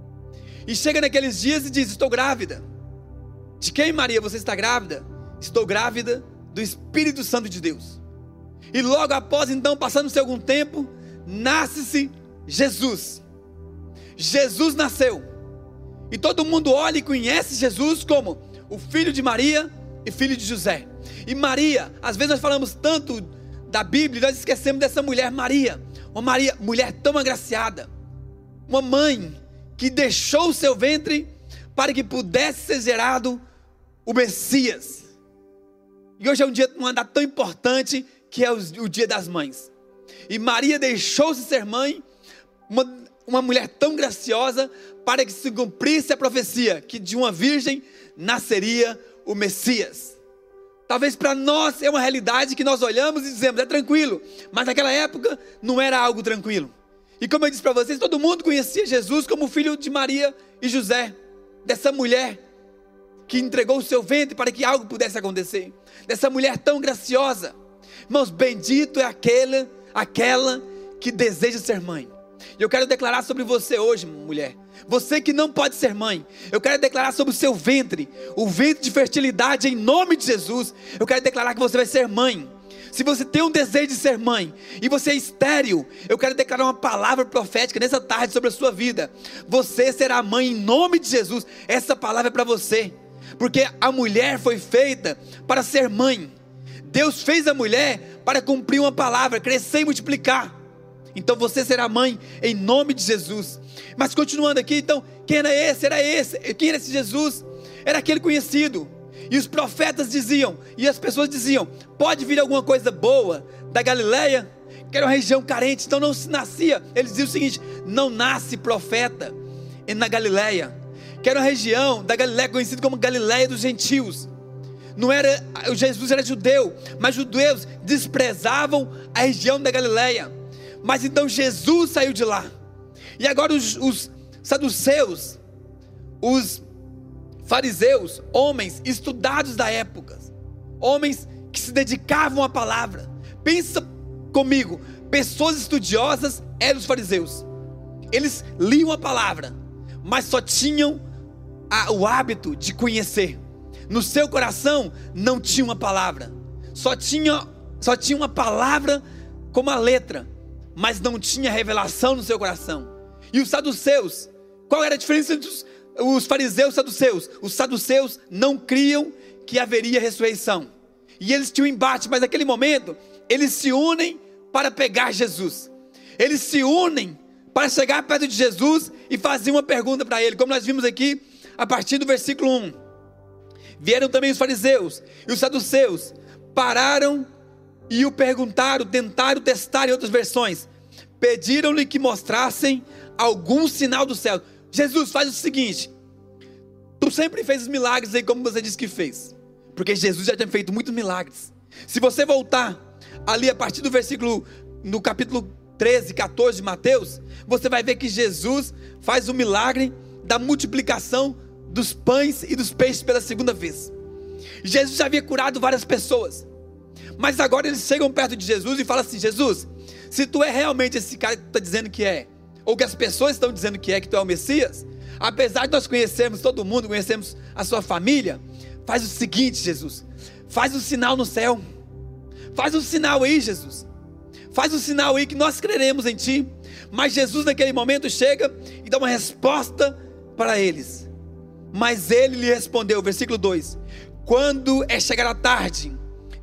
e chega naqueles dias e diz: estou grávida. De quem, Maria, você está grávida? Estou grávida do Espírito Santo de Deus. E logo após, então, passando-se algum tempo, nasce-se Jesus. Jesus nasceu, e todo mundo olha e conhece Jesus como o filho de Maria e filho de José. E Maria, às vezes nós falamos tanto da Bíblia, nós esquecemos dessa mulher Maria, uma mulher tão agraciada, uma mãe que deixou o seu ventre para que pudesse ser gerado o Messias. E hoje é uma data tão importante, que é o Dia das Mães. E Maria deixou-se ser mãe, uma mulher tão graciosa, para que se cumprisse a profecia, que de uma virgem nasceria o Messias. Talvez para nós é uma realidade que nós olhamos e dizemos: é tranquilo, mas naquela época não era algo tranquilo. E como eu disse para vocês, todo mundo conhecia Jesus como filho de Maria e José, dessa mulher que entregou o seu ventre para que algo pudesse acontecer, dessa mulher tão graciosa. Irmãos, bendito é aquela que deseja ser mãe. E eu quero declarar sobre você hoje, mulher, você que não pode ser mãe, eu quero declarar sobre o seu ventre, o ventre de fertilidade, em nome de Jesus. Eu quero declarar que você vai ser mãe. Se você tem um desejo de ser mãe e você é estéril, eu quero declarar uma palavra profética nessa tarde sobre a sua vida. Você será mãe em nome de Jesus. Essa palavra é para você, porque a mulher foi feita para ser mãe. Deus fez a mulher para cumprir uma palavra: crescer e multiplicar. Então você será mãe em nome de Jesus. Mas continuando aqui, então, quem era esse? Quem era esse Jesus? Era aquele conhecido. E os profetas diziam, e as pessoas diziam: pode vir alguma coisa boa da Galileia? Que era uma região carente, então não se nascia. Eles diziam o seguinte: não nasce profeta na Galileia, que era uma região da Galileia conhecida como Galileia dos gentios. Não era, Jesus era judeu, mas judeus desprezavam a região da Galileia. Mas então Jesus saiu de lá. E agora os saduceus, os fariseus, homens estudados da época, homens que se dedicavam à palavra. Pensa comigo, pessoas estudiosas eram os fariseus. Eles liam a palavra, mas só tinham o hábito de conhecer. No seu coração não tinha uma palavra, só tinha uma palavra como a letra, mas não tinha revelação no seu coração. E os saduceus, qual era a diferença entre os fariseus e os saduceus? Os saduceus não criam que haveria ressurreição, e eles tinham um embate, mas naquele momento eles se unem para pegar Jesus. Eles se unem para chegar perto de Jesus e fazer uma pergunta para ele, como nós vimos aqui a partir do versículo 1. Vieram também os fariseus e os saduceus, pararam e o perguntaram, tentaram testar em outras versões, pediram-lhe que mostrassem algum sinal do céu. Jesus, faz o seguinte: tu sempre fez os milagres aí como você disse que fez, porque Jesus já tinha feito muitos milagres. Se você voltar ali a partir do versículo, no capítulo 13, 14 de Mateus, você vai ver que Jesus faz o milagre da multiplicação dos pães e dos peixes pela segunda vez. Jesus já havia curado várias pessoas, mas agora eles chegam perto de Jesus e falam assim: Jesus, se tu é realmente esse cara que tu está dizendo que é, ou que as pessoas estão dizendo que tu é o Messias, apesar de nós conhecermos todo mundo, conhecemos a sua família, faz o seguinte, Jesus, faz um sinal no céu, faz um sinal aí, Jesus, faz um sinal aí que nós creremos em ti. Mas Jesus naquele momento chega e dá uma resposta para eles. Mas ele lhe respondeu, versículo 2: quando é chegar a tarde,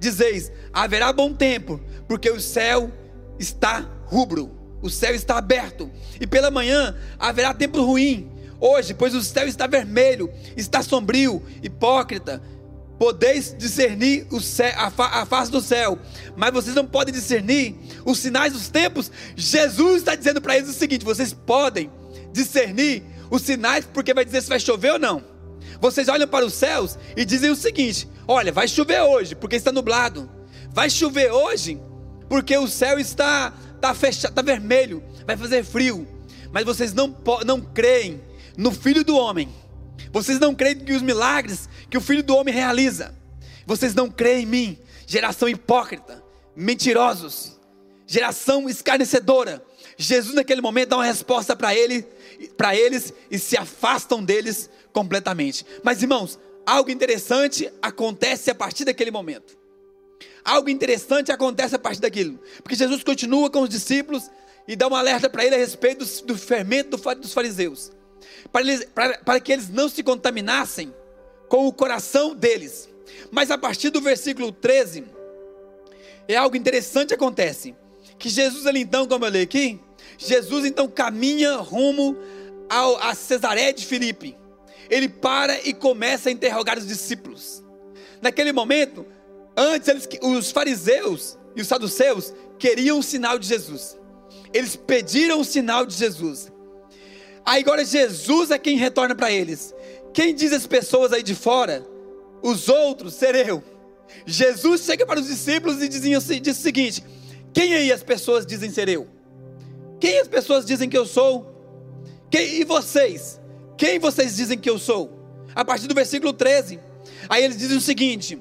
dizeis, haverá bom tempo, porque o céu está rubro, o céu está aberto, e pela manhã haverá tempo ruim, hoje, pois o céu está vermelho, está sombrio, hipócrita, podeis discernir a face do céu, mas vocês não podem discernir os sinais dos tempos. Jesus está dizendo para eles o seguinte: vocês podem discernir os sinais, porque vai dizer se vai chover ou não. Vocês olham para os céus e dizem o seguinte: olha, vai chover hoje, porque está nublado. Vai chover hoje, porque o céu está fechado, está vermelho, vai fazer frio. Mas vocês não creem no Filho do Homem. Vocês não creem que os milagres que o Filho do Homem realiza. Vocês não creem em mim, geração hipócrita, mentirosos, geração escarnecedora. Jesus naquele momento dá uma resposta para eles e se afastam deles completamente. Mas irmãos, algo interessante acontece a partir daquele momento. Algo interessante acontece a partir daquilo, porque Jesus continua com os discípulos e dá um alerta para ele a respeito do fermento dos fariseus, para que eles não se contaminassem com o coração deles. Mas a partir do versículo 13, algo interessante acontece, que Jesus ali então, como eu li aqui, Jesus então caminha rumo a Cesareia de Filipe. Ele para e começa a interrogar os discípulos. Naquele momento, antes os fariseus e os saduceus queriam o sinal de Jesus. Eles pediram o sinal de Jesus. Aí agora Jesus é quem retorna para eles. Quem diz as pessoas aí de fora? Os outros, ser eu. Jesus chega para os discípulos e diz o seguinte: quem aí as pessoas dizem ser eu? Quem as pessoas dizem que eu sou? E vocês? Quem vocês dizem que eu sou? A partir do versículo 13, aí eles dizem o seguinte,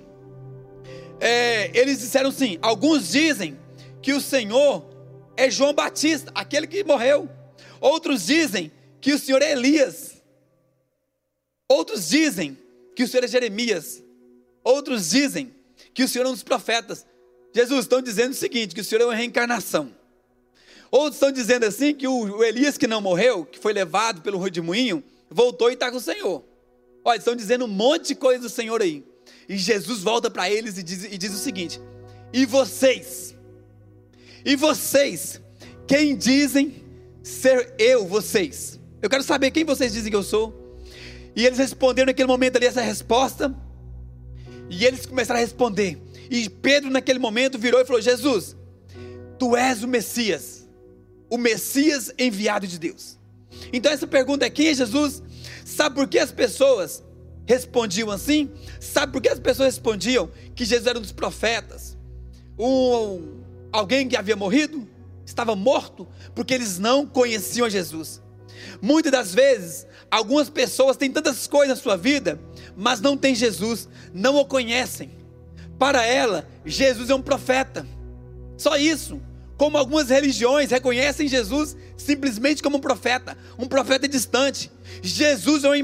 eles disseram assim: alguns dizem que o Senhor é João Batista, aquele que morreu. Outros dizem que o Senhor é Elias. Outros dizem que o Senhor é Jeremias. Outros dizem que o Senhor é um dos profetas. Jesus, estão dizendo o seguinte, que o Senhor é uma reencarnação. Outros estão dizendo assim, que o Elias que não morreu, que foi levado pelo redemoinho, voltou e está com o Senhor. Olha, estão dizendo um monte de coisa do Senhor aí. E Jesus volta para eles e diz o seguinte: e vocês? E vocês? Quem dizem ser eu, vocês? Eu quero saber quem vocês dizem que eu sou. E eles responderam naquele momento ali essa resposta. E eles começaram a responder. E Pedro naquele momento virou e falou: Jesus, tu és o Messias enviado de Deus. Então essa pergunta é: quem é Jesus? Sabe por que as pessoas respondiam assim? Sabe por que as pessoas respondiam que Jesus era um dos profetas? Alguém que havia morrido? Estava morto? Porque eles não conheciam a Jesus. Muitas das vezes, algumas pessoas têm tantas coisas na sua vida, mas não têm Jesus, não o conhecem. Para ela, Jesus é um profeta. Só isso. Como algumas religiões reconhecem Jesus simplesmente como um profeta distante. Jesus é uma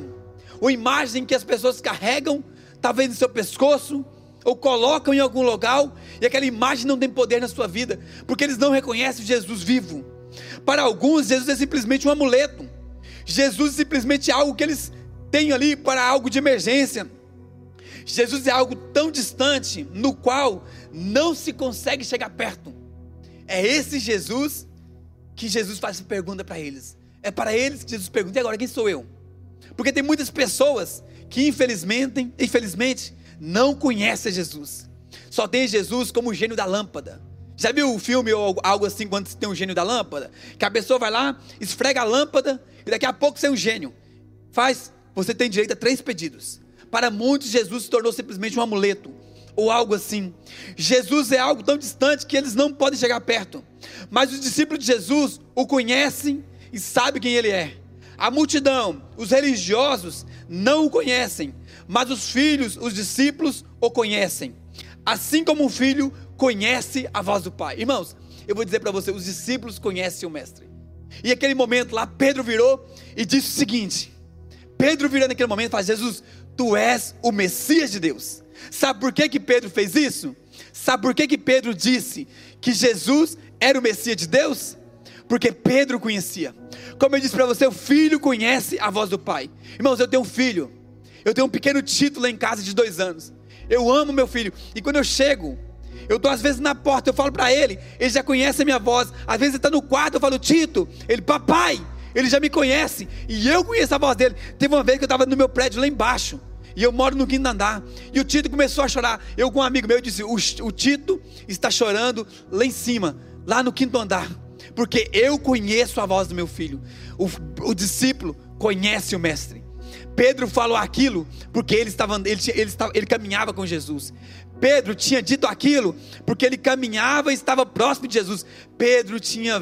imagem que as pessoas carregam, talvez no seu pescoço, ou colocam em algum local, e aquela imagem não tem poder na sua vida, porque eles não reconhecem Jesus vivo. Para alguns, Jesus é simplesmente um amuleto. Jesus é simplesmente algo que eles têm ali para algo de emergência. Jesus é algo tão distante, no qual não se consegue chegar perto. É esse Jesus que Jesus faz essa pergunta para eles. É para eles que Jesus pergunta: e agora quem sou eu? Porque tem muitas pessoas que infelizmente não conhecem Jesus. Só tem Jesus como o gênio da lâmpada. Já viu o filme ou algo assim, quando tem um gênio da lâmpada? Que a pessoa vai lá, esfrega a lâmpada e daqui a pouco você é um gênio. Você tem direito a 3 pedidos. Para muitos, Jesus se tornou simplesmente um amuleto, ou algo assim. Jesus é algo tão distante que eles não podem chegar perto. Mas os discípulos de Jesus o conhecem e sabem quem ele é. A multidão, os religiosos não o conhecem, mas os discípulos o conhecem. Assim como um filho conhece a voz do Pai. Irmãos, eu vou dizer para você, os discípulos conhecem o Mestre. E naquele momento lá, Pedro virou e disse o seguinte. Pedro virou naquele momento e falou: Jesus, tu és o Messias de Deus. Sabe por que Pedro fez isso? Sabe por que Pedro disse que Jesus era o Messias de Deus? Porque Pedro conhecia. Como eu disse para você, o filho conhece a voz do Pai. Irmãos, eu tenho um filho. Eu tenho um pequeno Tito lá em casa de 2 anos. eu amo meu filho. E quando eu chego, eu estou às vezes na porta, eu falo para ele já conhece a minha voz. Às vezes ele está no quarto, eu falo, Tito, ele, papai, ele já me conhece, e eu conheço a voz dele. Teve uma vez que eu estava no meu prédio lá embaixo, e eu moro no 5º andar, e o Tito começou a chorar. Eu com um amigo meu disse, o Tito está chorando lá em cima, lá no 5º andar, porque eu conheço a voz do meu filho. O discípulo conhece o mestre. Pedro falou aquilo porque ele caminhava com Jesus. Pedro tinha dito aquilo porque ele caminhava e estava próximo de Jesus. Pedro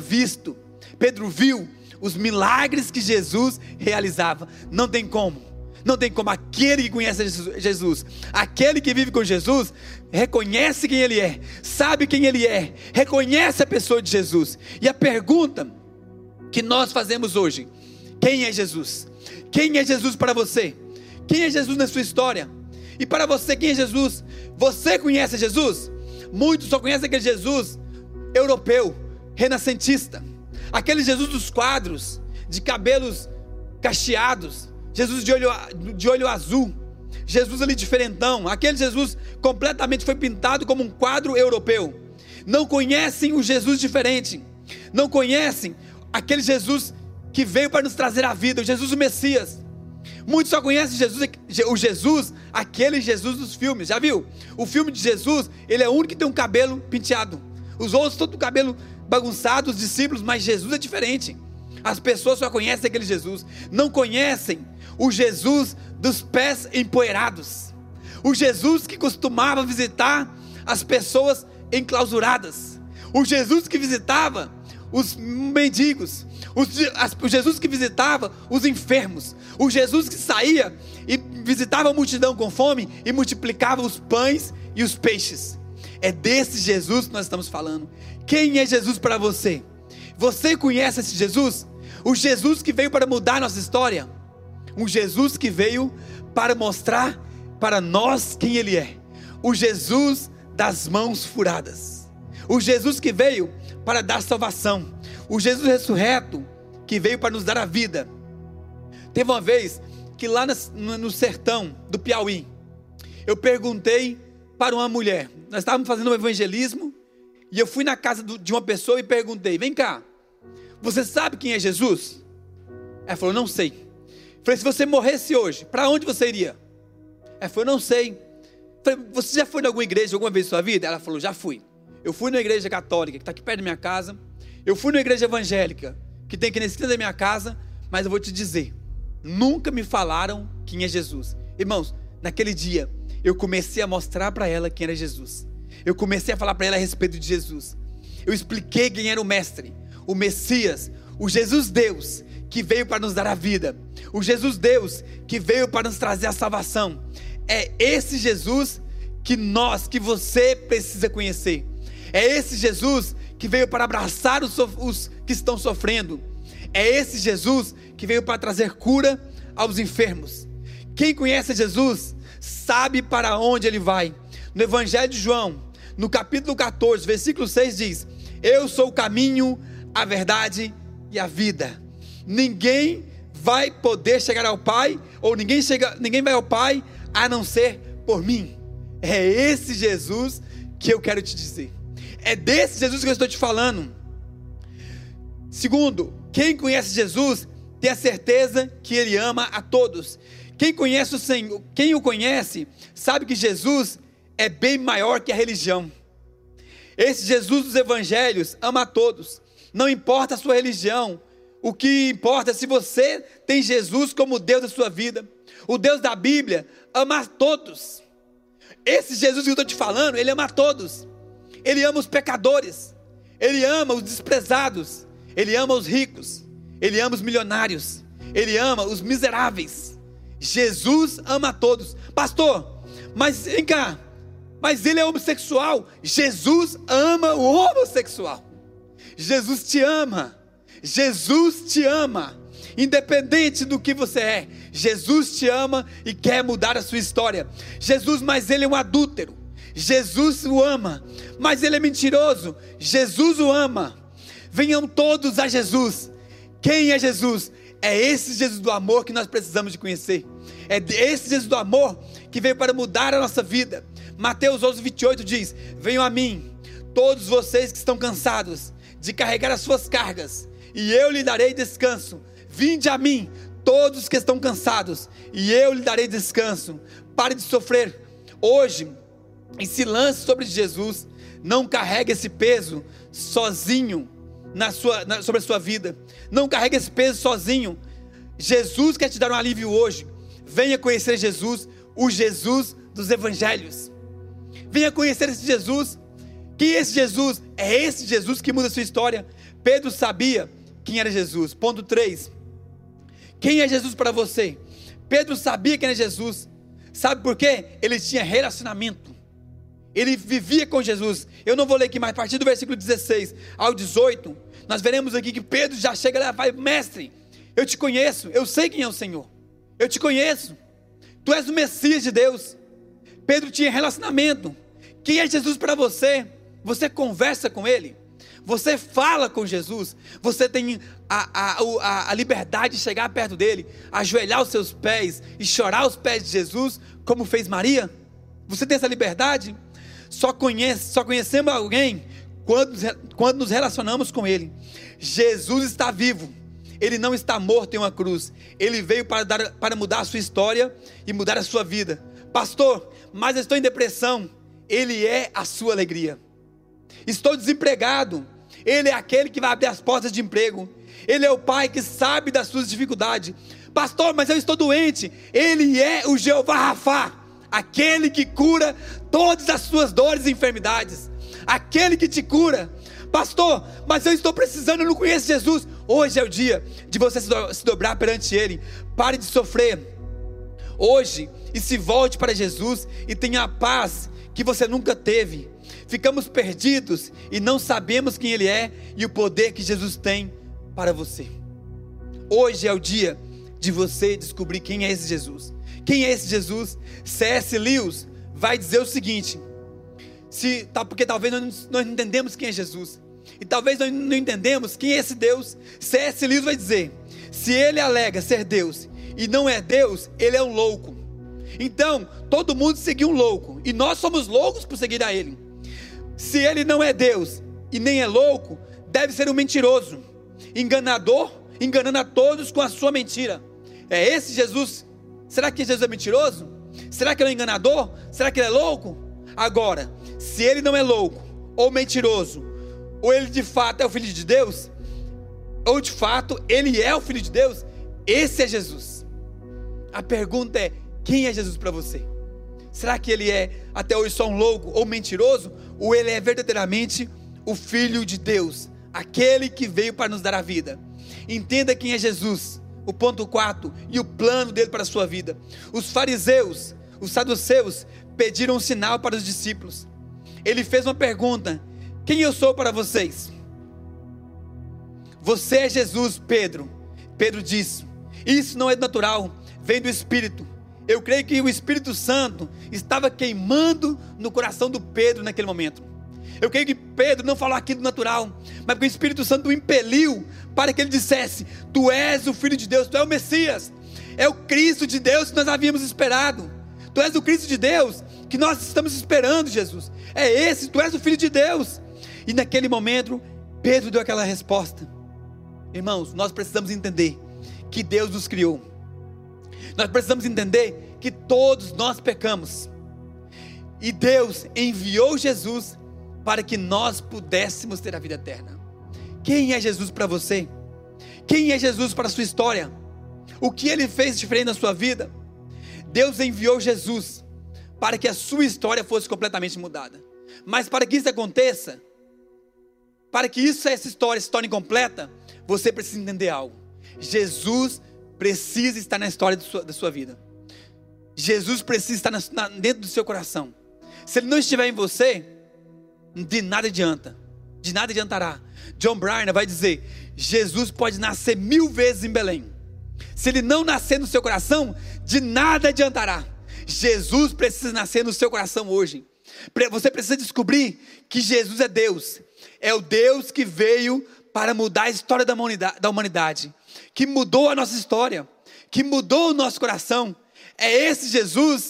viu os milagres que Jesus realizava. Não tem como aquele que conhece Jesus, aquele que vive com Jesus, reconhece quem ele é, sabe quem ele é, reconhece a pessoa de Jesus. E a pergunta que nós fazemos hoje: quem é Jesus? Quem é Jesus para você? Quem é Jesus na sua história? E para você, quem é Jesus? Você conhece Jesus? Muitos só conhecem aquele Jesus europeu, renascentista, aquele Jesus dos quadros, de cabelos cacheados, Jesus de olho azul, Jesus ali diferentão, aquele Jesus completamente foi pintado como um quadro europeu. Não conhecem o Jesus diferente, não conhecem aquele Jesus que veio para nos trazer a vida, o Jesus, o Messias. Muitos só conhecem aquele Jesus dos filmes. Já viu? O filme de Jesus, ele é o único que tem um cabelo penteado. Os outros todo o cabelo bagunçado, os discípulos, mas Jesus é diferente. As pessoas só conhecem aquele Jesus, não conhecem o Jesus dos pés empoeirados, o Jesus que costumava visitar as pessoas enclausuradas, o Jesus que visitava os mendigos, o Jesus que visitava os enfermos, o Jesus que saía e visitava a multidão com fome e multiplicava os pães e os peixes. É desse Jesus que nós estamos falando. Quem é Jesus para você? Você conhece esse Jesus? O Jesus que veio para mudar a nossa história, um Jesus que veio para mostrar para nós quem Ele é, o Jesus das mãos furadas, o Jesus que veio para dar salvação, o Jesus ressurreto que veio para nos dar a vida. Teve uma vez que lá no sertão do Piauí, eu perguntei para uma mulher, nós estávamos fazendo um evangelismo, e eu fui na casa de uma pessoa e perguntei, vem cá, você sabe quem é Jesus? Ela falou, não sei. Falei, se você morresse hoje, para onde você iria? Ela falou, não sei. Falei, você já foi em alguma igreja alguma vez na sua vida? Ela falou, já fui. Eu fui na igreja católica, que está aqui perto da minha casa. Eu fui na igreja evangélica, que tem aqui na esquina da minha casa. Mas eu vou te dizer, nunca me falaram quem é Jesus. Irmãos, naquele dia, eu comecei a mostrar para ela quem era Jesus. Eu comecei a falar para ela a respeito de Jesus. Eu expliquei quem era o mestre, o Messias, o Jesus Deus, que veio para nos dar a vida, o Jesus Deus, que veio para nos trazer a salvação. É esse Jesus que você precisa conhecer. É esse Jesus que veio para abraçar os que estão sofrendo. É esse Jesus que veio para trazer cura aos enfermos. Quem conhece Jesus sabe para onde ele vai. No Evangelho de João, no capítulo 14, versículo 6 diz: eu sou o caminho, a verdade e a vida. Ninguém vai poder chegar ao Pai, ou ninguém vai ao Pai a não ser por mim. É esse Jesus que eu quero te dizer. É desse Jesus que eu estou te falando. Segundo, quem conhece Jesus tem a certeza que Ele ama a todos. Quem conhece o Senhor, quem o conhece, sabe que Jesus é bem maior que a religião. Esse Jesus dos evangelhos ama a todos. Não importa a sua religião, o que importa é se você tem Jesus como Deus da sua vida. O Deus da Bíblia ama a todos. Esse Jesus que eu estou te falando, Ele ama a todos. Ele ama os pecadores, Ele ama os desprezados, Ele ama os ricos, Ele ama os milionários, Ele ama os miseráveis. Jesus ama a todos. Pastor, mas vem cá, mas ele é homossexual. Jesus ama o homossexual. Jesus te ama. Jesus te ama. Independente do que você é, Jesus te ama e quer mudar a sua história. Jesus, mas ele é um adúltero. Jesus o ama, mas ele é mentiroso. Jesus o ama. Venham todos a Jesus. Quem é Jesus? É esse Jesus do amor que nós precisamos de conhecer. É esse Jesus do amor que veio para mudar a nossa vida, Mateus 11, 28 diz: venham a mim, todos vocês que estão cansados de carregar as suas cargas, e eu lhe darei descanso. Vinde a mim, todos que estão cansados, e eu lhe darei descanso. Pare de sofrer hoje e se lance sobre Jesus. Não carregue esse peso sozinho sobre a sua vida. Não carregue esse peso sozinho. Jesus quer te dar um alívio hoje. Venha conhecer Jesus, o Jesus dos evangelhos. Venha conhecer esse Jesus. Quem é esse Jesus? É esse Jesus que muda a sua história. Pedro sabia quem era Jesus. Ponto 3. Quem é Jesus para você? Pedro sabia quem era Jesus. Sabe por quê? Ele tinha relacionamento. Ele vivia com Jesus. Eu não vou ler aqui, mas a partir do versículo 16 ao 18, nós veremos aqui que Pedro já chega lá e fala: mestre, eu te conheço, eu sei quem é o Senhor. Eu te conheço. Tu és o Messias de Deus. Pedro tinha relacionamento. Quem é Jesus para você? Você conversa com Ele. Você fala com Jesus. Você tem a liberdade de chegar perto dele, ajoelhar os seus pés e chorar aos pés de Jesus, como fez Maria. Você tem essa liberdade? Só conhecemos alguém quando nos relacionamos com Ele. Jesus está vivo. Ele não está morto em uma cruz. Ele veio para mudar a sua história e mudar a sua vida. Pastor, mas eu estou em depressão. Ele é a sua alegria. Estou desempregado. Ele é aquele que vai abrir as portas de emprego. Ele é o Pai que sabe das suas dificuldades. Pastor, mas eu estou doente. Ele é o Jeová Rafá, aquele que cura todas as suas dores e enfermidades. Aquele que te cura. Pastor, mas eu estou precisando, eu não conheço Jesus. Hoje é o dia de você se dobrar perante Ele. Pare de sofrer hoje e se volte para Jesus e tenha a paz que você nunca teve. Ficamos perdidos e não sabemos quem Ele é e o poder que Jesus tem para você. Hoje é o dia de você descobrir quem é esse Jesus. Quem é esse Jesus? C.S. Lewis vai dizer o seguinte: porque talvez nós não entendemos quem é Jesus, e talvez nós não entendemos quem é esse Deus. C.S. Lewis vai dizer: se Ele alega ser Deus e não é Deus, Ele é um louco. Então, todo mundo seguiu um louco, e nós somos loucos por seguir a Ele. Se Ele não é Deus e nem é louco, deve ser um mentiroso, enganador, enganando a todos com a sua mentira. É esse Jesus? Será que Jesus é mentiroso? Será que Ele é enganador? Será que Ele é louco? Agora, se Ele não é louco ou mentiroso, ou Ele de fato é o Filho de Deus, ou de fato Ele é o Filho de Deus, esse é Jesus. A pergunta é: quem é Jesus para você? Será que Ele é até hoje só um louco ou mentiroso? Ou Ele é verdadeiramente o Filho de Deus, aquele que veio para nos dar a vida? Entenda quem é Jesus, o ponto 4, e o plano dele para a sua vida. Os fariseus, os saduceus, pediram um sinal para os discípulos. Ele fez uma pergunta: quem eu sou para vocês? Você é Jesus, Pedro. Pedro disse: isso não é natural, vem do Espírito. Eu creio que o Espírito Santo estava queimando no coração do Pedro naquele momento. Eu creio que Pedro não falou aquilo natural, mas porque o Espírito Santo o impeliu para que ele dissesse: tu és o Filho de Deus, tu és o Messias, é o Cristo de Deus que nós havíamos esperado. Tu és o Cristo de Deus que nós estamos esperando, Jesus. É esse, tu és o Filho de Deus. E naquele momento, Pedro deu aquela resposta. Irmãos, nós precisamos entender que Deus nos criou. Nós precisamos entender que todos nós pecamos. E Deus enviou Jesus para que nós pudéssemos ter a vida eterna. Quem é Jesus para você? Quem é Jesus para a sua história? O que Ele fez diferente na sua vida? Deus enviou Jesus para que a sua história fosse completamente mudada. Mas para que isso aconteça, para que essa história se torne completa, você precisa entender algo. Jesus precisa estar na história da sua vida. Jesus precisa estar dentro do seu coração. Se Ele não estiver em você, de nada adianta. De nada adiantará. John Bryan vai dizer: Jesus pode nascer 1000 vezes em Belém. Se Ele não nascer no seu coração, de nada adiantará. Jesus precisa nascer no seu coração hoje. Você precisa descobrir que Jesus é Deus. É o Deus que veio para mudar a história da humanidade, que mudou a nossa história, que mudou o nosso coração. É esse Jesus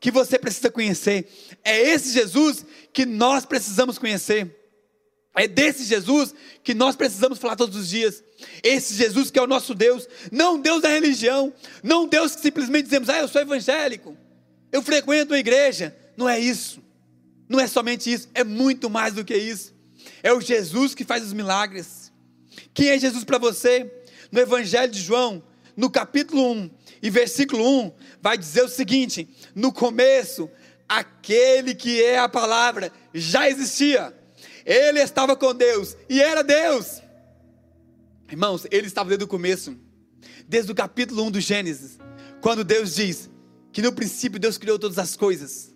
que você precisa conhecer. É esse Jesus que nós precisamos conhecer. É desse Jesus que nós precisamos falar todos os dias. Esse Jesus que é o nosso Deus, não Deus da religião, não Deus que simplesmente dizemos, eu sou evangélico, eu frequento a igreja. Não é isso, não é somente isso, é muito mais do que isso. É o Jesus que faz os milagres. Quem é Jesus para você? No Evangelho de João, no capítulo 1 e versículo 1, vai dizer o seguinte: no começo, aquele que é a palavra já existia. Ele estava com Deus e era Deus. Irmãos, ele estava desde o começo, desde o capítulo 1 do Gênesis, quando Deus diz que no princípio Deus criou todas as coisas.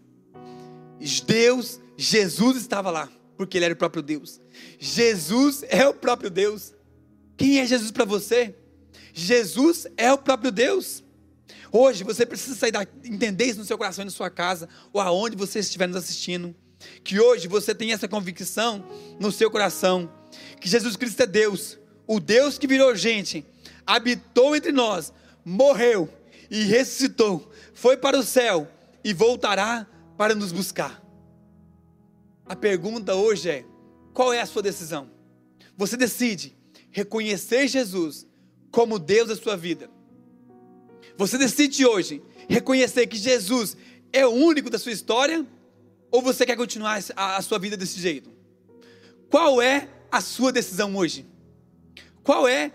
Jesus estava lá, porque ele era o próprio Deus. Jesus é o próprio Deus. Quem é Jesus para você? Jesus é o próprio Deus. Hoje você precisa entender isso no seu coração e na sua casa, ou aonde você estiver nos assistindo. Que hoje você tenha essa convicção no seu coração, que Jesus Cristo é Deus, o Deus que virou gente, habitou entre nós, morreu e ressuscitou, foi para o céu e voltará para nos buscar. A pergunta hoje é: qual é a sua decisão? Você decide reconhecer Jesus como Deus da sua vida? Você decide hoje reconhecer que Jesus é o único da sua história? Ou você quer continuar a sua vida desse jeito? Qual é a sua decisão hoje? Qual é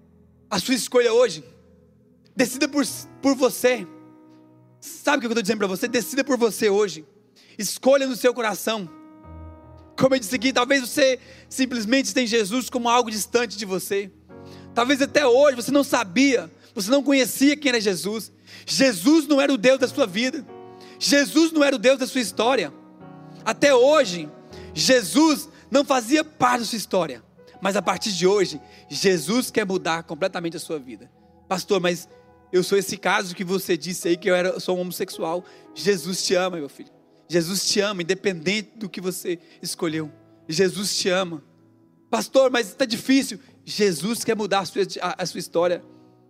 a sua escolha hoje? Decida por você. Sabe o que eu estou dizendo para você? Decida por você hoje. Escolha no seu coração. Como eu disse aqui, talvez você simplesmente tenha Jesus como algo distante de você. Talvez até hoje você não sabia, você não conhecia quem era Jesus. Jesus não era o Deus da sua vida. Jesus não era o Deus da sua história. Até hoje, Jesus não fazia parte da sua história. Mas a partir de hoje, Jesus quer mudar completamente a sua vida. Pastor, mas eu sou esse caso que você disse aí que eu sou um homossexual. Jesus te ama, meu filho. Jesus te ama, independente do que você escolheu. Jesus te ama. Pastor, mas está difícil. Jesus quer mudar a sua história.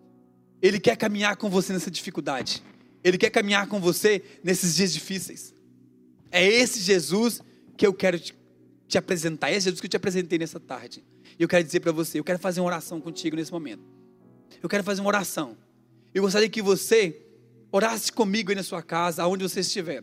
Ele quer caminhar com você nessa dificuldade. Ele quer caminhar com você nesses dias difíceis. É esse Jesus que eu quero te apresentar. É esse Jesus que eu te apresentei nessa tarde. E eu quero dizer para você, eu quero fazer uma oração contigo nesse momento. Eu quero fazer uma oração. Eu gostaria que você orasse comigo aí na sua casa, aonde você estiver.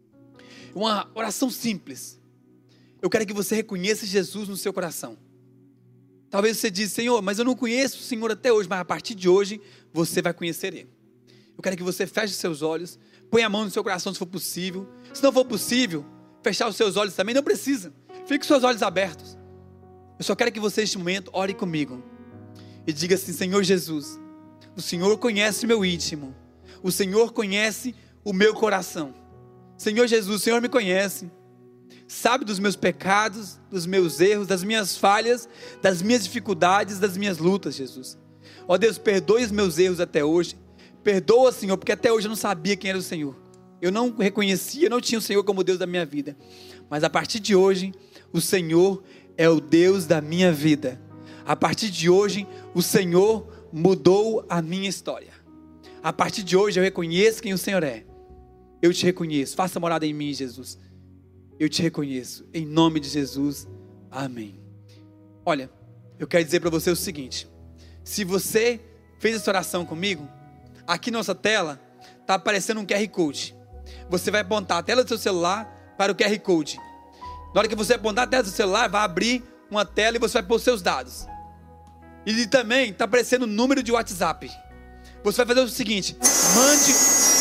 Uma oração simples. Eu quero que você reconheça Jesus no seu coração. Talvez você diz, Senhor, mas eu não conheço o Senhor até hoje, mas a partir de hoje você vai conhecer Ele. Eu quero que você feche seus olhos, põe a mão no seu coração se for possível. Se não for possível, fechar os seus olhos também, não precisa. Fique com seus olhos abertos. Eu só quero que você neste momento ore comigo. E diga assim: Senhor Jesus, o Senhor conhece o meu íntimo. O Senhor conhece o meu coração. Senhor Jesus, o Senhor me conhece. Sabe dos meus pecados, dos meus erros, das minhas falhas, das minhas dificuldades, das minhas lutas, Jesus. Ó Deus, perdoe os meus erros até hoje. Perdoa, Senhor, porque até hoje eu não sabia quem era o Senhor. Eu não reconhecia, não tinha o Senhor como Deus da minha vida. Mas a partir de hoje, o Senhor é o Deus da minha vida. A partir de hoje, o Senhor mudou a minha história. A partir de hoje, eu reconheço quem o Senhor é. Eu te reconheço. Faça morada em mim, Jesus. Eu te reconheço. Em nome de Jesus. Amém. Olha, eu quero dizer para você o seguinte. Se você fez essa oração comigo, aqui na nossa tela está aparecendo um QR Code. Você vai apontar a tela do seu celular para o QR Code. Na hora que você apontar a tela do seu celular, vai abrir uma tela e você vai pôr os seus dados. E também está aparecendo o número de WhatsApp. Você vai fazer o seguinte: mande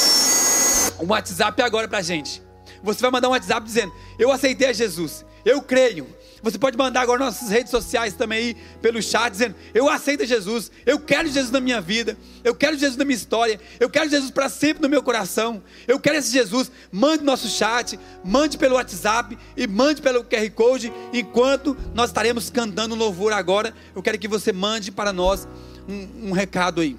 um WhatsApp agora para a gente. Você vai mandar um WhatsApp dizendo: eu aceitei a Jesus, eu creio. Você pode mandar agora nas nossas redes sociais também aí, pelo chat, dizendo: eu aceito Jesus, eu quero Jesus na minha vida, eu quero Jesus na minha história, eu quero Jesus para sempre no meu coração, eu quero esse Jesus. Mande no nosso chat, mande pelo WhatsApp e mande pelo QR Code. Enquanto nós estaremos cantando louvor agora, eu quero que você mande para nós um recado aí.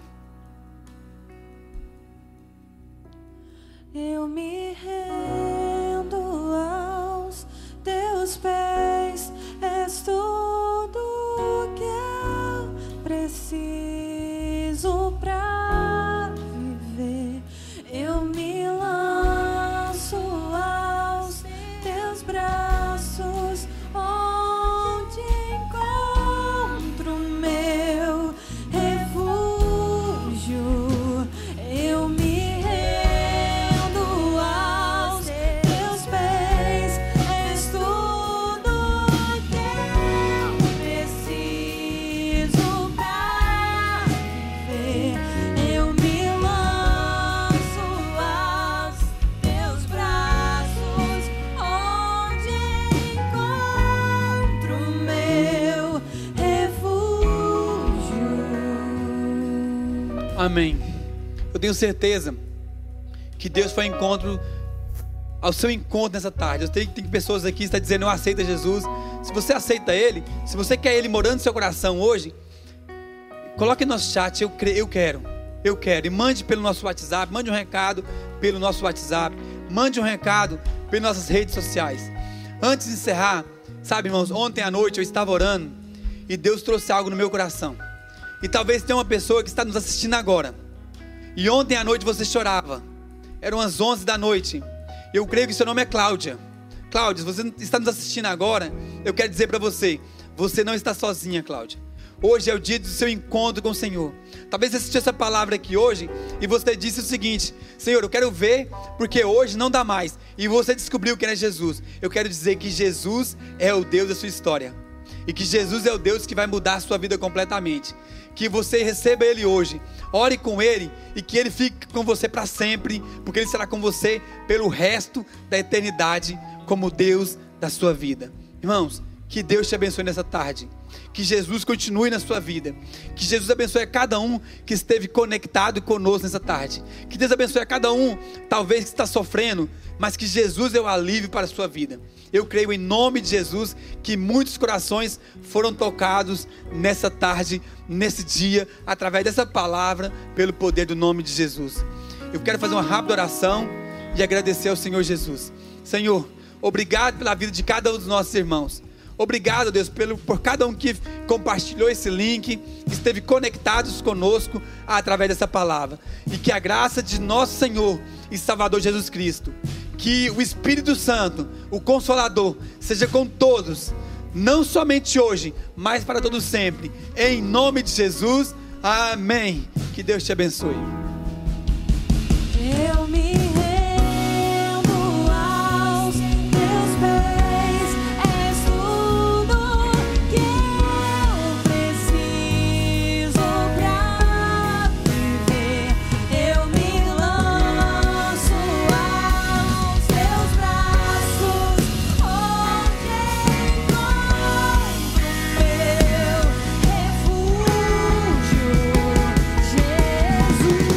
Eu me rendo aos teus pés, és tudo que eu preciso pra viver. Eu me lanço Amém. Eu tenho certeza que Deus foi ao seu encontro nessa tarde. Eu sei que tem pessoas aqui que estão dizendo: eu aceito Jesus. Se você aceita Ele, se você quer Ele morando no seu coração hoje, coloque no nosso chat: eu quero. E mande pelo nosso WhatsApp. Mande um recado pelo nosso WhatsApp. Mande um recado pelas nossas redes sociais. Antes de encerrar, sabe, irmãos, ontem à noite eu estava orando e Deus trouxe algo no meu coração. E talvez tenha uma pessoa que está nos assistindo agora, e ontem à noite você chorava. Eram as 11 da noite. Eu creio que seu nome é Cláudia. Cláudia, se você está nos assistindo agora, eu quero dizer para você: você não está sozinha, Cláudia. Hoje é o dia do seu encontro com o Senhor. Talvez você assistiu essa palavra aqui hoje e você disse o seguinte: Senhor, eu quero ver porque hoje não dá mais. E você descobriu quem é Jesus. Eu quero dizer que Jesus é o Deus da sua história. E que Jesus é o Deus que vai mudar a sua vida completamente. Que você receba Ele hoje, ore com Ele e que Ele fique com você para sempre, porque Ele será com você pelo resto da eternidade, como Deus da sua vida. Irmãos, que Deus te abençoe nessa tarde, que Jesus continue na sua vida, que Jesus abençoe a cada um que esteve conectado conosco nessa tarde, que Deus abençoe a cada um, talvez que está sofrendo, mas que Jesus é o alívio para a sua vida. Eu creio em nome de Jesus que muitos corações foram tocados nessa tarde, nesse dia, através dessa palavra, pelo poder do nome de Jesus. Eu quero fazer uma rápida oração e agradecer ao Senhor Jesus. Senhor, obrigado pela vida de cada um dos nossos irmãos. Obrigado, Deus, por cada um que compartilhou esse link, que esteve conectados conosco através dessa palavra. E que a graça de nosso Senhor e Salvador Jesus Cristo, que o Espírito Santo, o Consolador, seja com todos, não somente hoje, mas para todos sempre. Em nome de Jesus, amém. Que Deus te abençoe. Eu me rendo aos teus pés, és tudo que eu preciso pra viver. Eu me lanço aos teus braços, onde encontro meu refúgio, Jesus.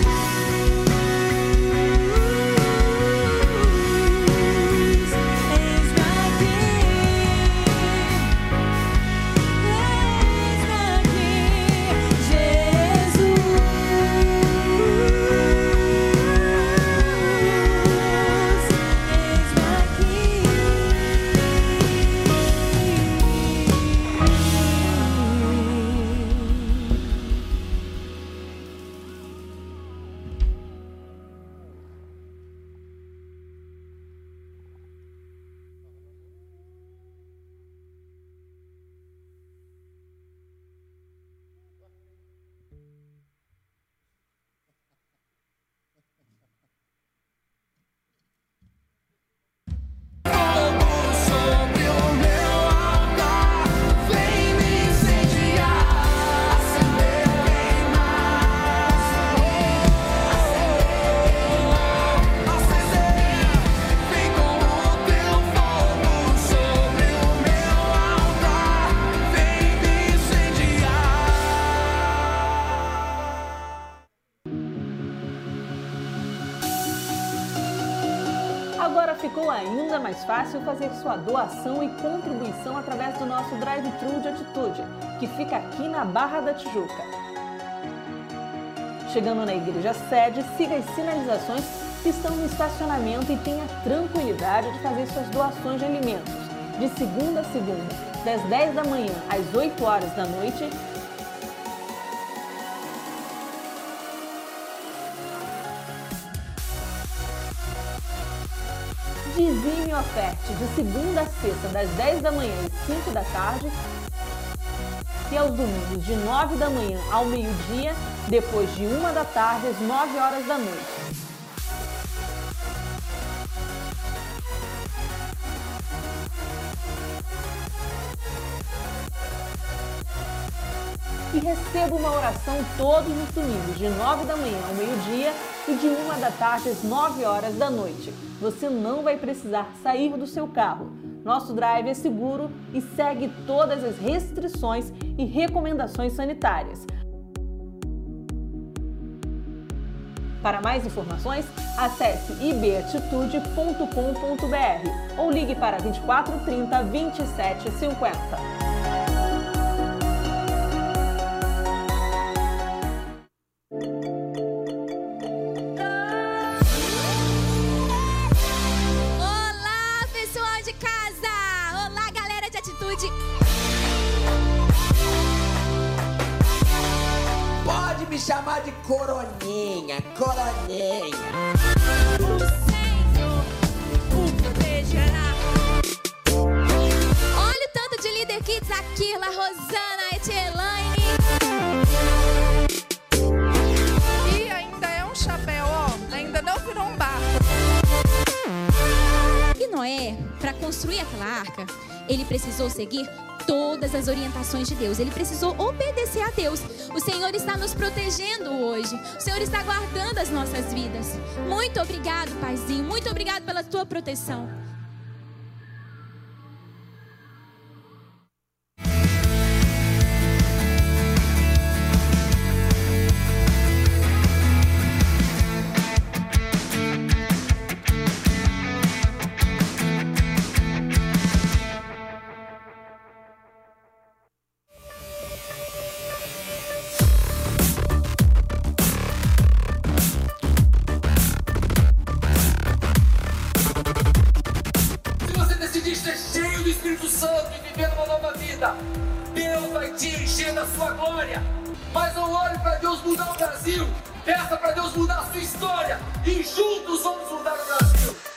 Agora ficou ainda mais fácil fazer sua doação e contribuição através do nosso drive-thru de Atitude, que fica aqui na Barra da Tijuca. Chegando na igreja sede, siga as sinalizações que estão no estacionamento e tenha tranquilidade de fazer suas doações de alimentos, de segunda a segunda, das 10 da manhã às 8 horas da noite. Dizime e oferte de segunda a sexta, das 10 da manhã às 5 da tarde. E aos domingos, de 9 da manhã ao meio-dia, depois de 1 da tarde às 9 horas da noite. E receba uma oração todos os domingos, de 9 da manhã ao meio-dia e de 1 da tarde às 9 horas da noite. Você não vai precisar sair do seu carro. Nosso drive é seguro e segue todas as restrições e recomendações sanitárias. Para mais informações, acesse ibatitude.com.br ou ligue para 24 30 27 50. Pode me chamar de Coroninha, Coroninha. O Senhor o protegerá. Olha o tanto de líder kids aqui, La Rosana, Etielaine. E ainda é um chapéu, ó, ainda não virou um barco. E Noé, para construir aquela arca, ele precisou seguir todas as orientações de Deus. Ele precisou obedecer a Deus. O Senhor está nos protegendo hoje. O Senhor está guardando as nossas vidas. Muito obrigado, Paizinho. Muito obrigado pela tua proteção. Cheio do Espírito Santo e vivendo uma nova vida, Deus vai te encher da sua glória. Mas não olhe para Deus mudar o Brasil, peça para Deus mudar a sua história e juntos vamos mudar o Brasil.